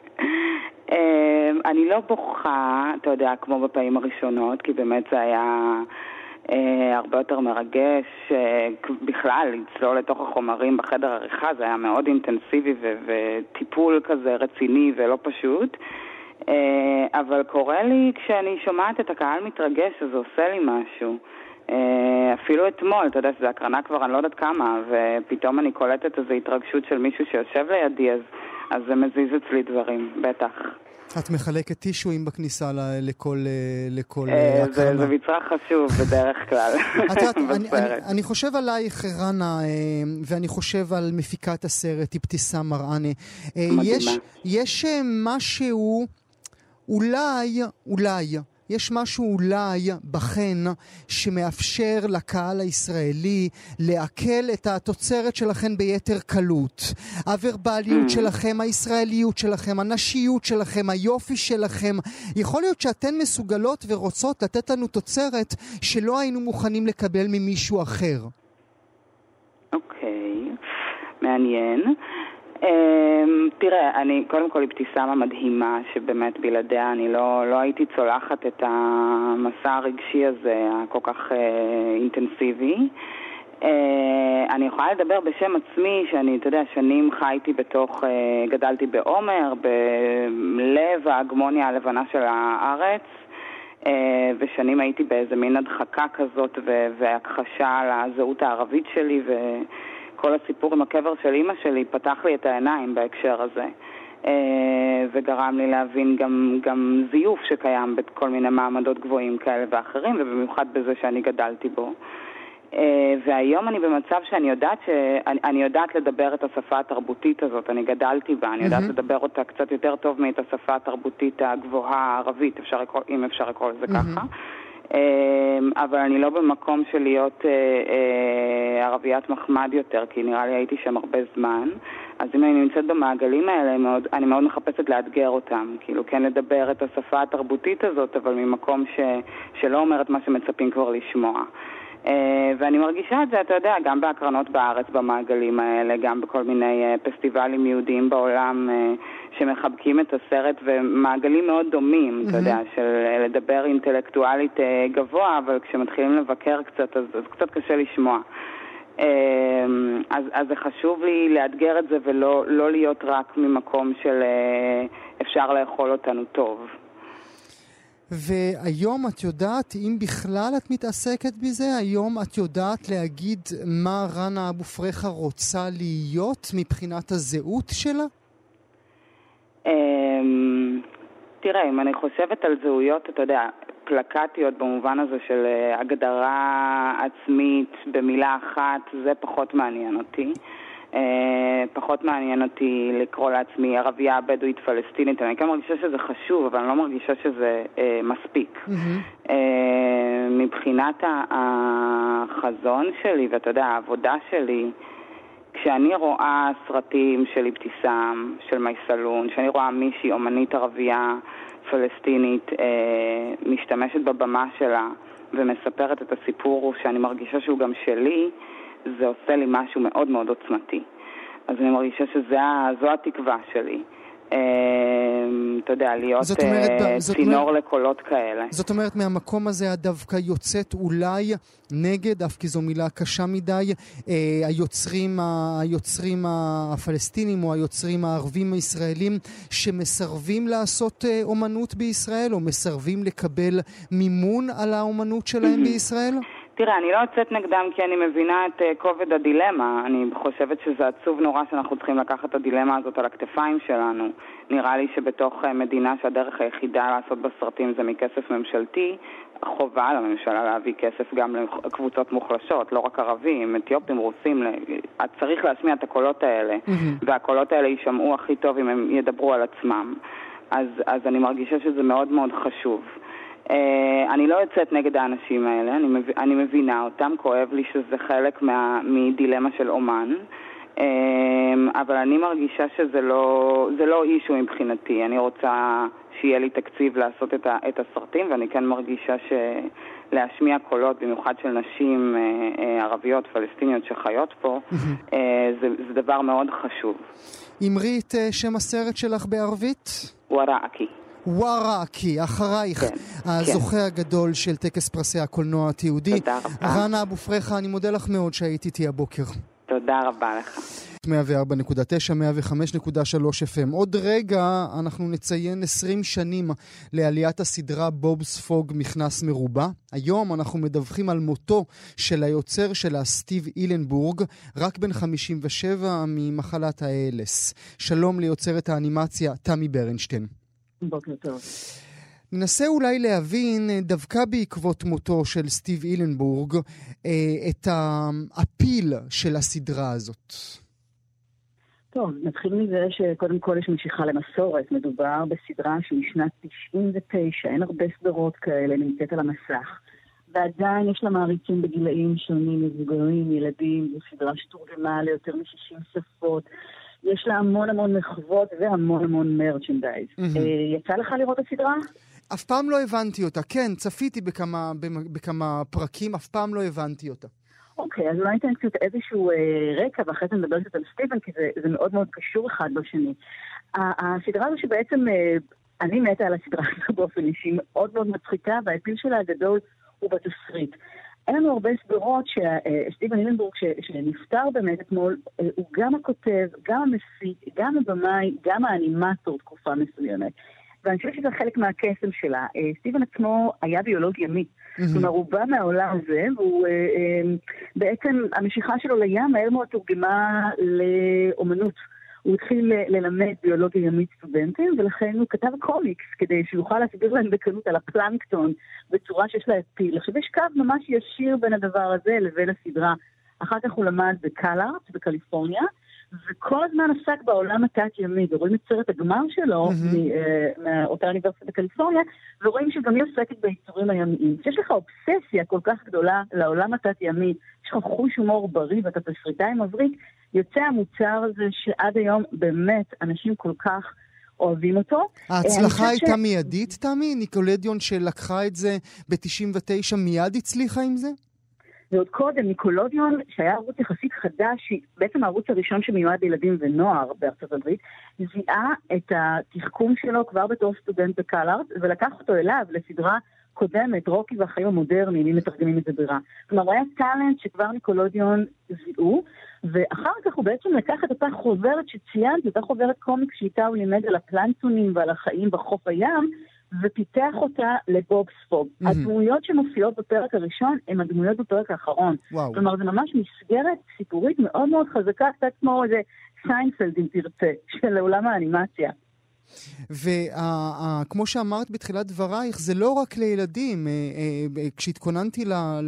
Speaker 12: אני לא בוכה, אתה יודע, כמו בפעמים הראשונות, כי באמת זה היה אה, הרבה יותר מרגש. אה, בכלל, לצלול לתוך החומרים בחדר עריכה, זה היה מאוד אינטנסיבי ו- וטיפול כזה רציני ולא פשוט. אה, אבל קורה לי, כשאני שומעת את הקהל מתרגש, אז זה עושה לי משהו. אפילו אתמול, אתה יודע שזה הקרנה כבר אני לא יודעת כמה, ופתאום אני קולטת איזו התרגשות של מישהו שיושב לידי, אז, אז זה מזיז אצלי דברים, בטח.
Speaker 3: את מחלקת טישואים בכניסה לכל, לכל
Speaker 12: אה,
Speaker 3: הקרנה.
Speaker 12: זה, זה מצרך חשוב בדרך כלל.
Speaker 3: את יודעת, אני, אני, אני חושב עלייך, רנה, ואני חושב על מפיקת הסרט, אבתיסאם מראענה. יש, יש משהו, אולי, אולי, יש משהו אולי בכן שמאפשר לקהל הישראלי לעכל את התוצרת שלכם ביתר קלות. הוורבליות שלכם, הישראליות שלכם, הנשיות שלכם, היופי שלכם. יכול להיות שאתן מסוגלות ורוצות לתת לנו תוצרת שלא היינו מוכנים לקבל ממישהו אחר.
Speaker 12: אוקיי, מעניין. תראה, אני קודם כל אבתיסאם המדהימה שבאמת בלעדיה אני לא, לא הייתי צולחת את המסע הרגשי הזה הכל כך אינטנסיבי. אני יכולה לדבר בשם עצמי שאני, אתה יודע, שנים חייתי בתוך, גדלתי בעומר, בלב ההגמוניה הלבנה של הארץ, ושנים הייתי באיזה מין הדחקה כזאת והכחשה על הזהות הערבית שלי, ו... כל הסיפור עם הקבר של אמא שלי פתח לי את העיניים בהקשר הזה, וגרם לי להבין גם, גם זיוף שקיים בכל מיני מעמדות גבוהים כאלה ואחרים, ובמיוחד בזה שאני גדלתי בו. והיום אני במצב שאני יודעת, שאני, אני יודעת לדבר את השפה התרבותית הזאת, אני גדלתי בה, אני יודעת לדבר אותה קצת יותר טוב מאת השפה התרבותית הגבוהה הערבית, אפשר, אם אפשר לקרוא לזה ככה. אבל אני לא במקום של להיות ערביית מחמד יותר, כי נראה לי הייתי שם הרבה זמן. אז אם אני נמצאת במעגלים האלה, מאוד, אני מאוד מחפשת לאתגר אותם, כאילו כן לדבר את השפה התרבותית הזאת, אבל ממקום ש, שלא אומר את מה שמצפים כבר לשמוע. ואני מרגישה את זה, אתה יודע, גם בהקרנות בארץ במעגלים האלה, גם בכל מיני פסטיבלים יהודיים בעולם שמחבקים את הסרט, ומעגלים מאוד דומים, אתה יודע, של לדבר אינטלקטואלית גבוה, אבל כשמתחילים לבקר קצת, אז, אז קצת קשה לשמוע. אז, אז זה חשוב לי לאתגר את זה ולא לא להיות רק ממקום של אפשר לאכול אותנו טוב.
Speaker 3: והיום את יודעת, אם בכלל את מתעסקת בזה, היום את יודעת להגיד מה רנה אבו פרחה רוצה להיות מבחינת הזהות שלה?
Speaker 12: תראה, אם אני חושבת על זהויות, אתה יודע, פלקטיות במובן הזה של הגדרה עצמית במילה אחת, זה פחות מעניין אותי. Uh, פחות מעניין אותי לקרוא לעצמי ערבייה בדואית פלסטינית. אני כן מרגישה שזה חשוב, אבל אני לא מרגישה שזה uh, מספיק. Mm-hmm. Uh, מבחינת החזון שלי, ואתה יודע, העבודה שלי, כשאני רואה סרטים של אבתיסאם, של מייסלון, כשאני רואה מישהי אומנית ערבייה פלסטינית uh, משתמשת בבמה שלה ומספרת את הסיפור שאני מרגישה שהוא גם שלי, זה עושה לי משהו מאוד מאוד עוצמתי. אז אני מרגישה שזו התקווה שלי. אתה יודע, להיות צינור לקולות כאלה.
Speaker 3: זאת אומרת, מהמקום הזה הדווקא יוצאת אולי נגד, אף כי זו מילה קשה מדי, היוצרים, היוצרים הפלסטינים או היוצרים הערבים הישראלים שמסרבים לעשות אומנות בישראל, או מסרבים לקבל מימון על האומנות שלהם בישראל?
Speaker 12: תראה, אני לא יוצאת נגדם כי אני מבינה את כובד הדילמה. אני חושבת שזה עצוב נורא שאנחנו צריכים לקחת את הדילמה הזאת על הכתפיים שלנו. נראה לי שבתוך מדינה שהדרך היחידה לעשות בסרטים זה מכסף ממשלתי, חובה על הממשלה להביא כסף גם לקבוצות מוחלשות, לא רק ערבים, אתיופים, רוסים. צריך להשמיע את הקולות האלה, mm-hmm. והקולות האלה יישמעו הכי טוב אם הם ידברו על עצמם. אז, אז אני מרגישה שזה מאוד מאוד חשוב. Uh, אני לא יוצאת נגד האנשים האלה, אני, מב... אני מבינה אותם, כואב לי שזה חלק מה... מדילמה של אומן, uh, אבל אני מרגישה שזה לא, זה לא אישו מבחינתי. אני רוצה שיהיה לי תקציב לעשות את, ה... את הסרטים, ואני כן מרגישה שלהשמיע קולות, במיוחד של נשים uh, uh, ערביות, פלסטיניות שחיות פה, uh, זה, זה דבר מאוד חשוב.
Speaker 3: אמרי את uh, שם הסרט שלך בערבית?
Speaker 12: וראקי.
Speaker 3: וראקי, אחרייך, כן, הזוכה כן. הגדול של טקס פרסי הקולנוע התיעודי. רנה אבו פרחה, אני מודה לך מאוד שהיית איתי הבוקר.
Speaker 12: תודה. תודה רבה לך.
Speaker 3: מאה וארבע נקודה תשע, מאה וחמש נקודה שלוש אף אם. עוד רגע אנחנו נציין עשרים שנים לעליית הסדרה בובס פוג מכנס מרובע. היום אנחנו מדווחים על מותו של היוצר שלה, סטיב אילנבורג, רק בן חמישים ושבע ממחלת ה-איי אל אס. שלום ליוצרת האנימציה תמי ברנשטיין.
Speaker 13: בוקר טוב.
Speaker 3: ננסה אולי להבין דווקא בעקבות מותו של סטיב אילנבורג את האפיל של הסדרה הזאת.
Speaker 13: טוב, נתחיל מזה שקודם כל יש משיכה למסורת. מדובר בסדרה שמשנת תשעים ותשע, אין הרבה סדרות כאלה, נמצאת על המסך. ועדיין יש לה מעריצים בגילאים שונים, מבוגרים, ילדים, זו סדרה שתורגמה ליותר מ-שישים שפות. יש לה המון המון מחוות והמון המון מרצ'נדייז. Mm-hmm. יצא לך לראות את הסדרה?
Speaker 3: אף פעם לא הבנתי אותה. כן, צפיתי בכמה, בכמה פרקים, אף פעם לא הבנתי אותה.
Speaker 13: אוקיי, אז אולי ניתן קצת איזשהו אה, רקע, ואחרי זה נדבר קצת על סטיבן, כי זה, זה מאוד מאוד קשור אחד בשני. הסדרה הזו שבעצם, אה, אני מתה על הסדרה הזו באופן אישי, מאוד מאוד מצחיקה, והאפיל שלה הגדול הוא בתסריט. אין לנו הרבה סדרות שסטיבן אילנבורג, שנפטר באמת אתמול, אה, הוא גם הכותב, גם המפיק, גם הבמאי, גם האנימטור תקופה מסוימת. ואני חושבת שזה חלק מהקסם שלה. סטיבן עצמו היה ביולוג ימי. זאת אומרת, הוא בא מהעולם הזה, והוא בעצם, המשיכה שלו לים מהר מאוד תורגמה לאומנות. הוא התחיל ללמד ביולוגיה ימית סטודנטים, ולכן הוא כתב קומיקס, כדי שיוכל להסביר להם בקלות על הפלנקטון, בצורה שיש לה אפיל. עכשיו, יש קו ממש ישיר בין הדבר הזה לבין הסדרה. אחר כך הוא למד בקלארט, בקליפורניה, וכל הזמן עסק בעולם התת-ימי, ורואים את סרט הגמר שלו מאותה אוניברסיטה בקליפורניה, ורואים שגם היא עוסקת ביצורים הימיים. כשיש לך אובססיה כל כך גדולה לעולם התת-ימי, יש לך חוש הומור בריא ואתה תסריטאי מבריק, יוצא המוצר הזה שעד היום באמת אנשים כל כך אוהבים אותו.
Speaker 3: ההצלחה הייתה מיידית, תמי? ניקולדיון שלקחה את זה ב-תשעים ותשע מיד הצליחה עם זה?
Speaker 13: ועוד קודם, ניקולודיון, שהיה ערוץ יחסית חדש, בעצם הערוץ הראשון שמיועד לילדים ונוער בארצות הברית, זיהה את התחכום שלו כבר בתור סטודנט בקלארט, ולקח אותו אליו לסדרה קודמת, רוקי והחיים המודרניים, אם מתרגמים את זה בירה. כלומר, הוא היה טלנט שכבר ניקולודיון זיהו, ואחר כך הוא בעצם לקח את אותה חוברת שציינתי, אותה חוברת קומיקס שאיתה הוא לימד על הפלנקטונים ועל החיים בחוף הים, ופיתח אותה לבובס פוג. Mm-hmm. הדמויות שמופיעות בפרק הראשון הן הדמויות בפרק האחרון. Wow. כלומר, זה ממש מסגרת סיפורית מאוד מאוד חזקה, קצת כמו איזה סיינפלד, אם תרצה, של עולם האנימציה.
Speaker 3: וכמו שאמרת בתחילת דברייך, זה לא רק לילדים. כשהתכוננתי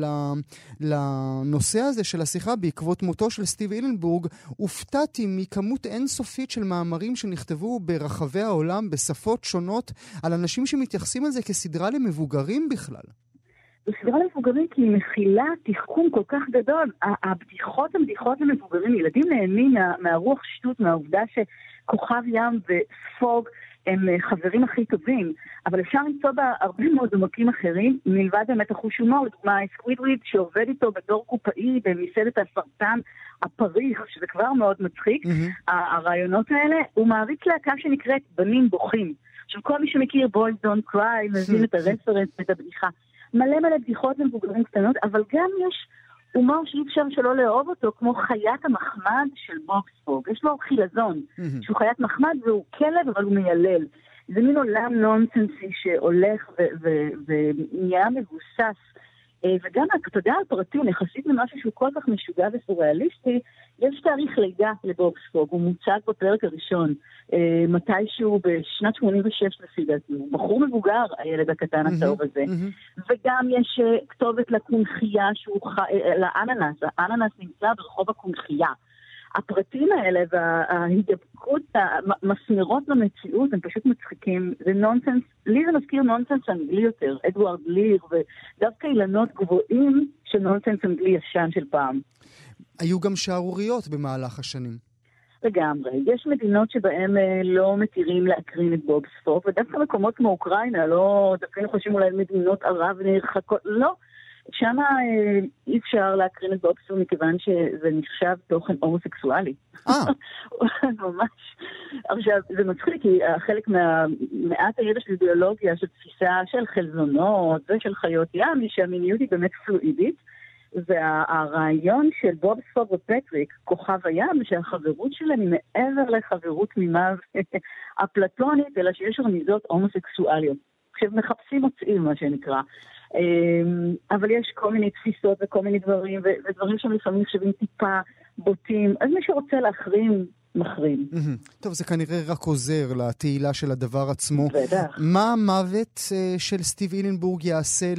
Speaker 3: לנושא הזה של השיחה בעקבות מותו של סטיב אילנבורג, הופתעתי מכמות אינסופית של מאמרים שנכתבו ברחבי העולם בשפות שונות על אנשים שמתייחסים על זה כסדרה למבוגרים בכלל.
Speaker 13: זו סדרה למבוגרים כי היא מכילה תחכום כל כך גדול. הבדיחות הן בדיחות למבוגרים. ילדים נהנים מה, מהרוח שטות, מהעובדה שכוכב ים וספוג הם חברים הכי טובים. אבל אפשר למצוא בה הרבה מאוד עומקים אחרים, מלבד באמת החוש הומור, לדוגמה סקווידוויד שעובד איתו בתור קופאי במסעדת הסרטן הפריך, שזה כבר מאוד מצחיק. Mm-hmm. הרעיונות האלה, הוא מעריץ להקה שנקראת בנים בוכים. עכשיו כל מי שמכיר Boys Don't Cry מבין את הרפרנס ואת הבדיחה. מלא מלא בדיחות ומבוגרים קטנות, אבל גם יש הומור שאי אפשר שלא לאהוב אותו, כמו חיית המחמד של בובס פוג. יש לו חילזון, mm-hmm. שהוא חיית מחמד והוא כלב, אבל הוא מיילל. זה מין עולם נונסנסי שהולך ונהיה מבוסס. וגם, אתה יודע, על פרטים, יחסית למשהו שהוא כל כך משוגע וסוריאליסטי, יש תאריך לידה לבובס פוג, הוא מוצג בפרק הראשון, מתישהו בשנת שמונים ושש לפי דעתי, הוא בחור מבוגר, הילד הקטן הצהוב הזה, וגם יש כתובת לקונחייה, לאננס, האננס נמצא ברחוב הקונחייה. הפרטים האלה וההידבקות המסמרות במציאות הם פשוט מצחיקים. זה נונסנס, לי זה מזכיר נונסנס אנגלי יותר, אדוארד ליר, ודווקא אילנות גבוהים של נונסנס אנגלי ישן של פעם.
Speaker 3: היו גם שערוריות במהלך השנים.
Speaker 13: לגמרי. יש מדינות שבהן לא מתירים להקרין את בובס פוג, ודווקא מקומות כמו אוקראינה, לא, דווקא חושבים אולי מדינות ערב נרחקות, לא. שם אי אפשר להקרין את בובס פוג מכיוון שזה נחשב תוכן הומוסקסואלי. ממש. עכשיו, זה מצחיק כי חלק מהמעט הידע של ביולוגיה, של תפיסה של חלזונות ושל חיות ים, היא שהמיניות היא באמת פלואידית, והרעיון של בוב ספוג ופטריק, כוכב הים, שהחברות שלהם היא מעבר לחברות מימיו הפלטונית, אלא שיש רמיזות הומוסקסואליות. כשמחפשים מוצאים, מה שנקרא. אבל יש כל מיני תפיסות וכל מיני דברים, ודברים שהם לפעמים נחשבים טיפה בוטים. אז מי שרוצה להחרים, מחרים.
Speaker 3: טוב, זה כנראה רק עוזר לתהילה של הדבר עצמו.
Speaker 13: בטח.
Speaker 3: מה המוות של סטיב אילנבורג יעשה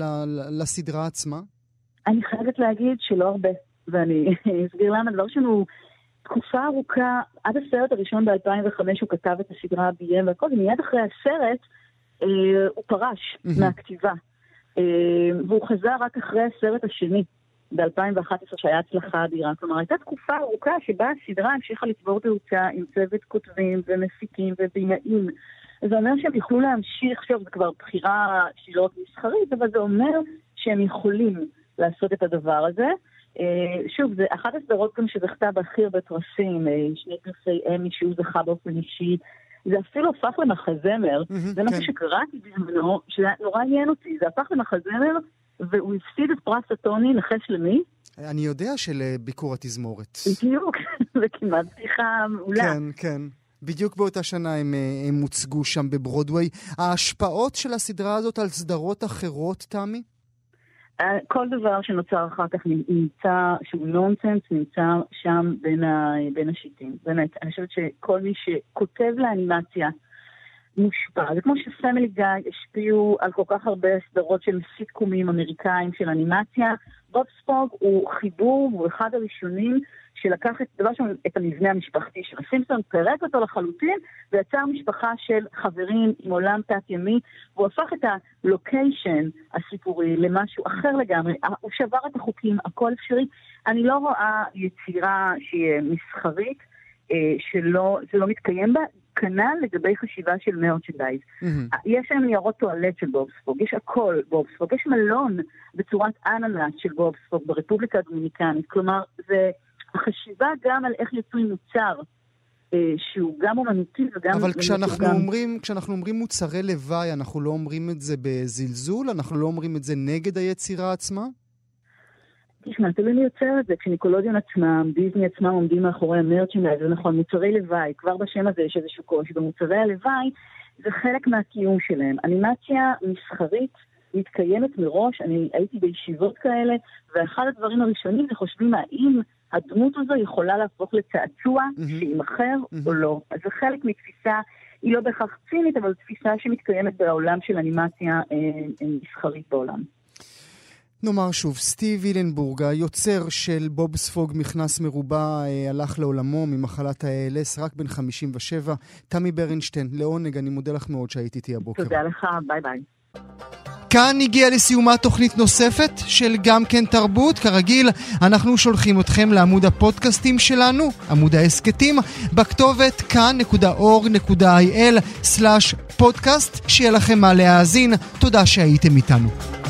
Speaker 3: לסדרה עצמה?
Speaker 13: אני חייבת להגיד שלא הרבה, ואני אסביר למה. דבר שלנו, תקופה ארוכה, עד הסרט הראשון ב-אלפיים וחמש הוא כתב את הסדרה ביים והכל, ומיד אחרי הסרט אה, הוא פרש mm-hmm. מהכתיבה. אה, והוא חזר רק אחרי הסרט השני, ב-אלפיים ואחת עשרה שהיה הצלחה אדירה. כלומר, הייתה תקופה ארוכה שבה הסדרה המשיכה לצבור תאוצה עם צוות כותבים ומפיקים ובינאים. זה אומר שהם יוכלו להמשיך, שוב, זה כבר בחירה שהיא לא רק מסחרית, אבל זה אומר שהם יכולים לעשות את הדבר הזה. שוב, זה אחת הסדרות גם שזכתה בהכי הרבה פרסים, שני פרסי אמי שהוא זכה באופן אישי, זה אפילו הפך למחזמר, זה משהו שקראתי בזמנו, שזה נורא עניין אותי, זה הפך למחזמר, והוא הפסיד את פרס הטוני, נחש למי?
Speaker 3: אני יודע של ביקור התזמורת.
Speaker 13: בדיוק, זה כמעט שיחה מעולה.
Speaker 3: כן, כן. בדיוק באותה שנה הם, הם הוצגו שם בברודווי. ההשפעות של הסדרה הזאת על סדרות אחרות, תמי?
Speaker 13: כל דבר שנוצר אחר כך נמצא, שהוא נונסנס, נמצא שם בין, ה, בין השיטים. באמת, אני חושבת שכל מי שכותב לאנימציה מושפע. זה כמו שפמילי גיא השפיעו על כל כך הרבה סדרות של סיטקומים אמריקאים של אנימציה. בוב ספוג הוא חיבור, הוא אחד הראשונים שלקח את דבר שם, את המבנה המשפחתי של סימפסון, פרק אותו לחלוטין, ויצר משפחה של חברים עם עולם תת-ימי, והוא הפך את הלוקיישן הסיפורי למשהו אחר לגמרי. הוא שבר את החוקים, הכל אפשרי. אני לא רואה יצירה שהיא מסחרית, שלא, זה לא מתקיים בה, כנ"ל לגבי חשיבה של מרצ'נדייז. Mm-hmm. יש להם ניירות טואלט של בוב ספוג, יש הכל בוב ספוג, יש מלון בצורת אננס של בוב ספוג ברפובליקה הדומיניקנית, כלומר זה החשיבה גם על איך יוצרים מוצר אה, שהוא גם אומנותי וגם...
Speaker 3: אבל כשאנחנו
Speaker 13: גם...
Speaker 3: אומרים, כשאנחנו אומרים מוצרי לוואי, אנחנו לא אומרים את זה בזלזול? אנחנו לא אומרים את זה נגד היצירה עצמה?
Speaker 13: תשמע, תלוי מי יוצר את זה, כשניקולודיון עצמם, דיזני עצמם עומדים מאחורי המרצ'נדייז, זה נכון, מוצרי לוואי, כבר בשם הזה יש איזשהו קושי, במוצרי הלוואי זה חלק מהקיום שלהם. אנימציה מסחרית מתקיימת מראש, אני הייתי בישיבות כאלה, ואחד הדברים הראשונים זה חושבים האם הדמות הזו יכולה להפוך לצעצוע mm-hmm. שימחר mm-hmm. או לא. אז זה חלק מתפיסה, היא לא בהכרח צינית, אבל תפיסה שמתקיימת בעולם של אנימציה אה, אה, מסחרית בעולם.
Speaker 3: נאמר שוב, סטיב אילנבורג, היוצר של בוב ספוג מכנס מרובע, הלך לעולמו ממחלת ה-איי אל אס, רק בן חמישים ושבע. תמי ברנשטיין, לעונג, אני מודה לך מאוד שהיית איתי הבוקר.
Speaker 13: תודה לך, ביי ביי.
Speaker 3: כאן הגיעה לסיומה תוכנית נוספת של גם כן תרבות. כרגיל, אנחנו שולחים אתכם לעמוד הפודקאסטים שלנו, עמוד העסקתים, בכתובת כאן נקודה אורג נקודה איי אל סלאש פודקאסט. שיהיה לכם מה להאזין. תודה שהייתם איתנו.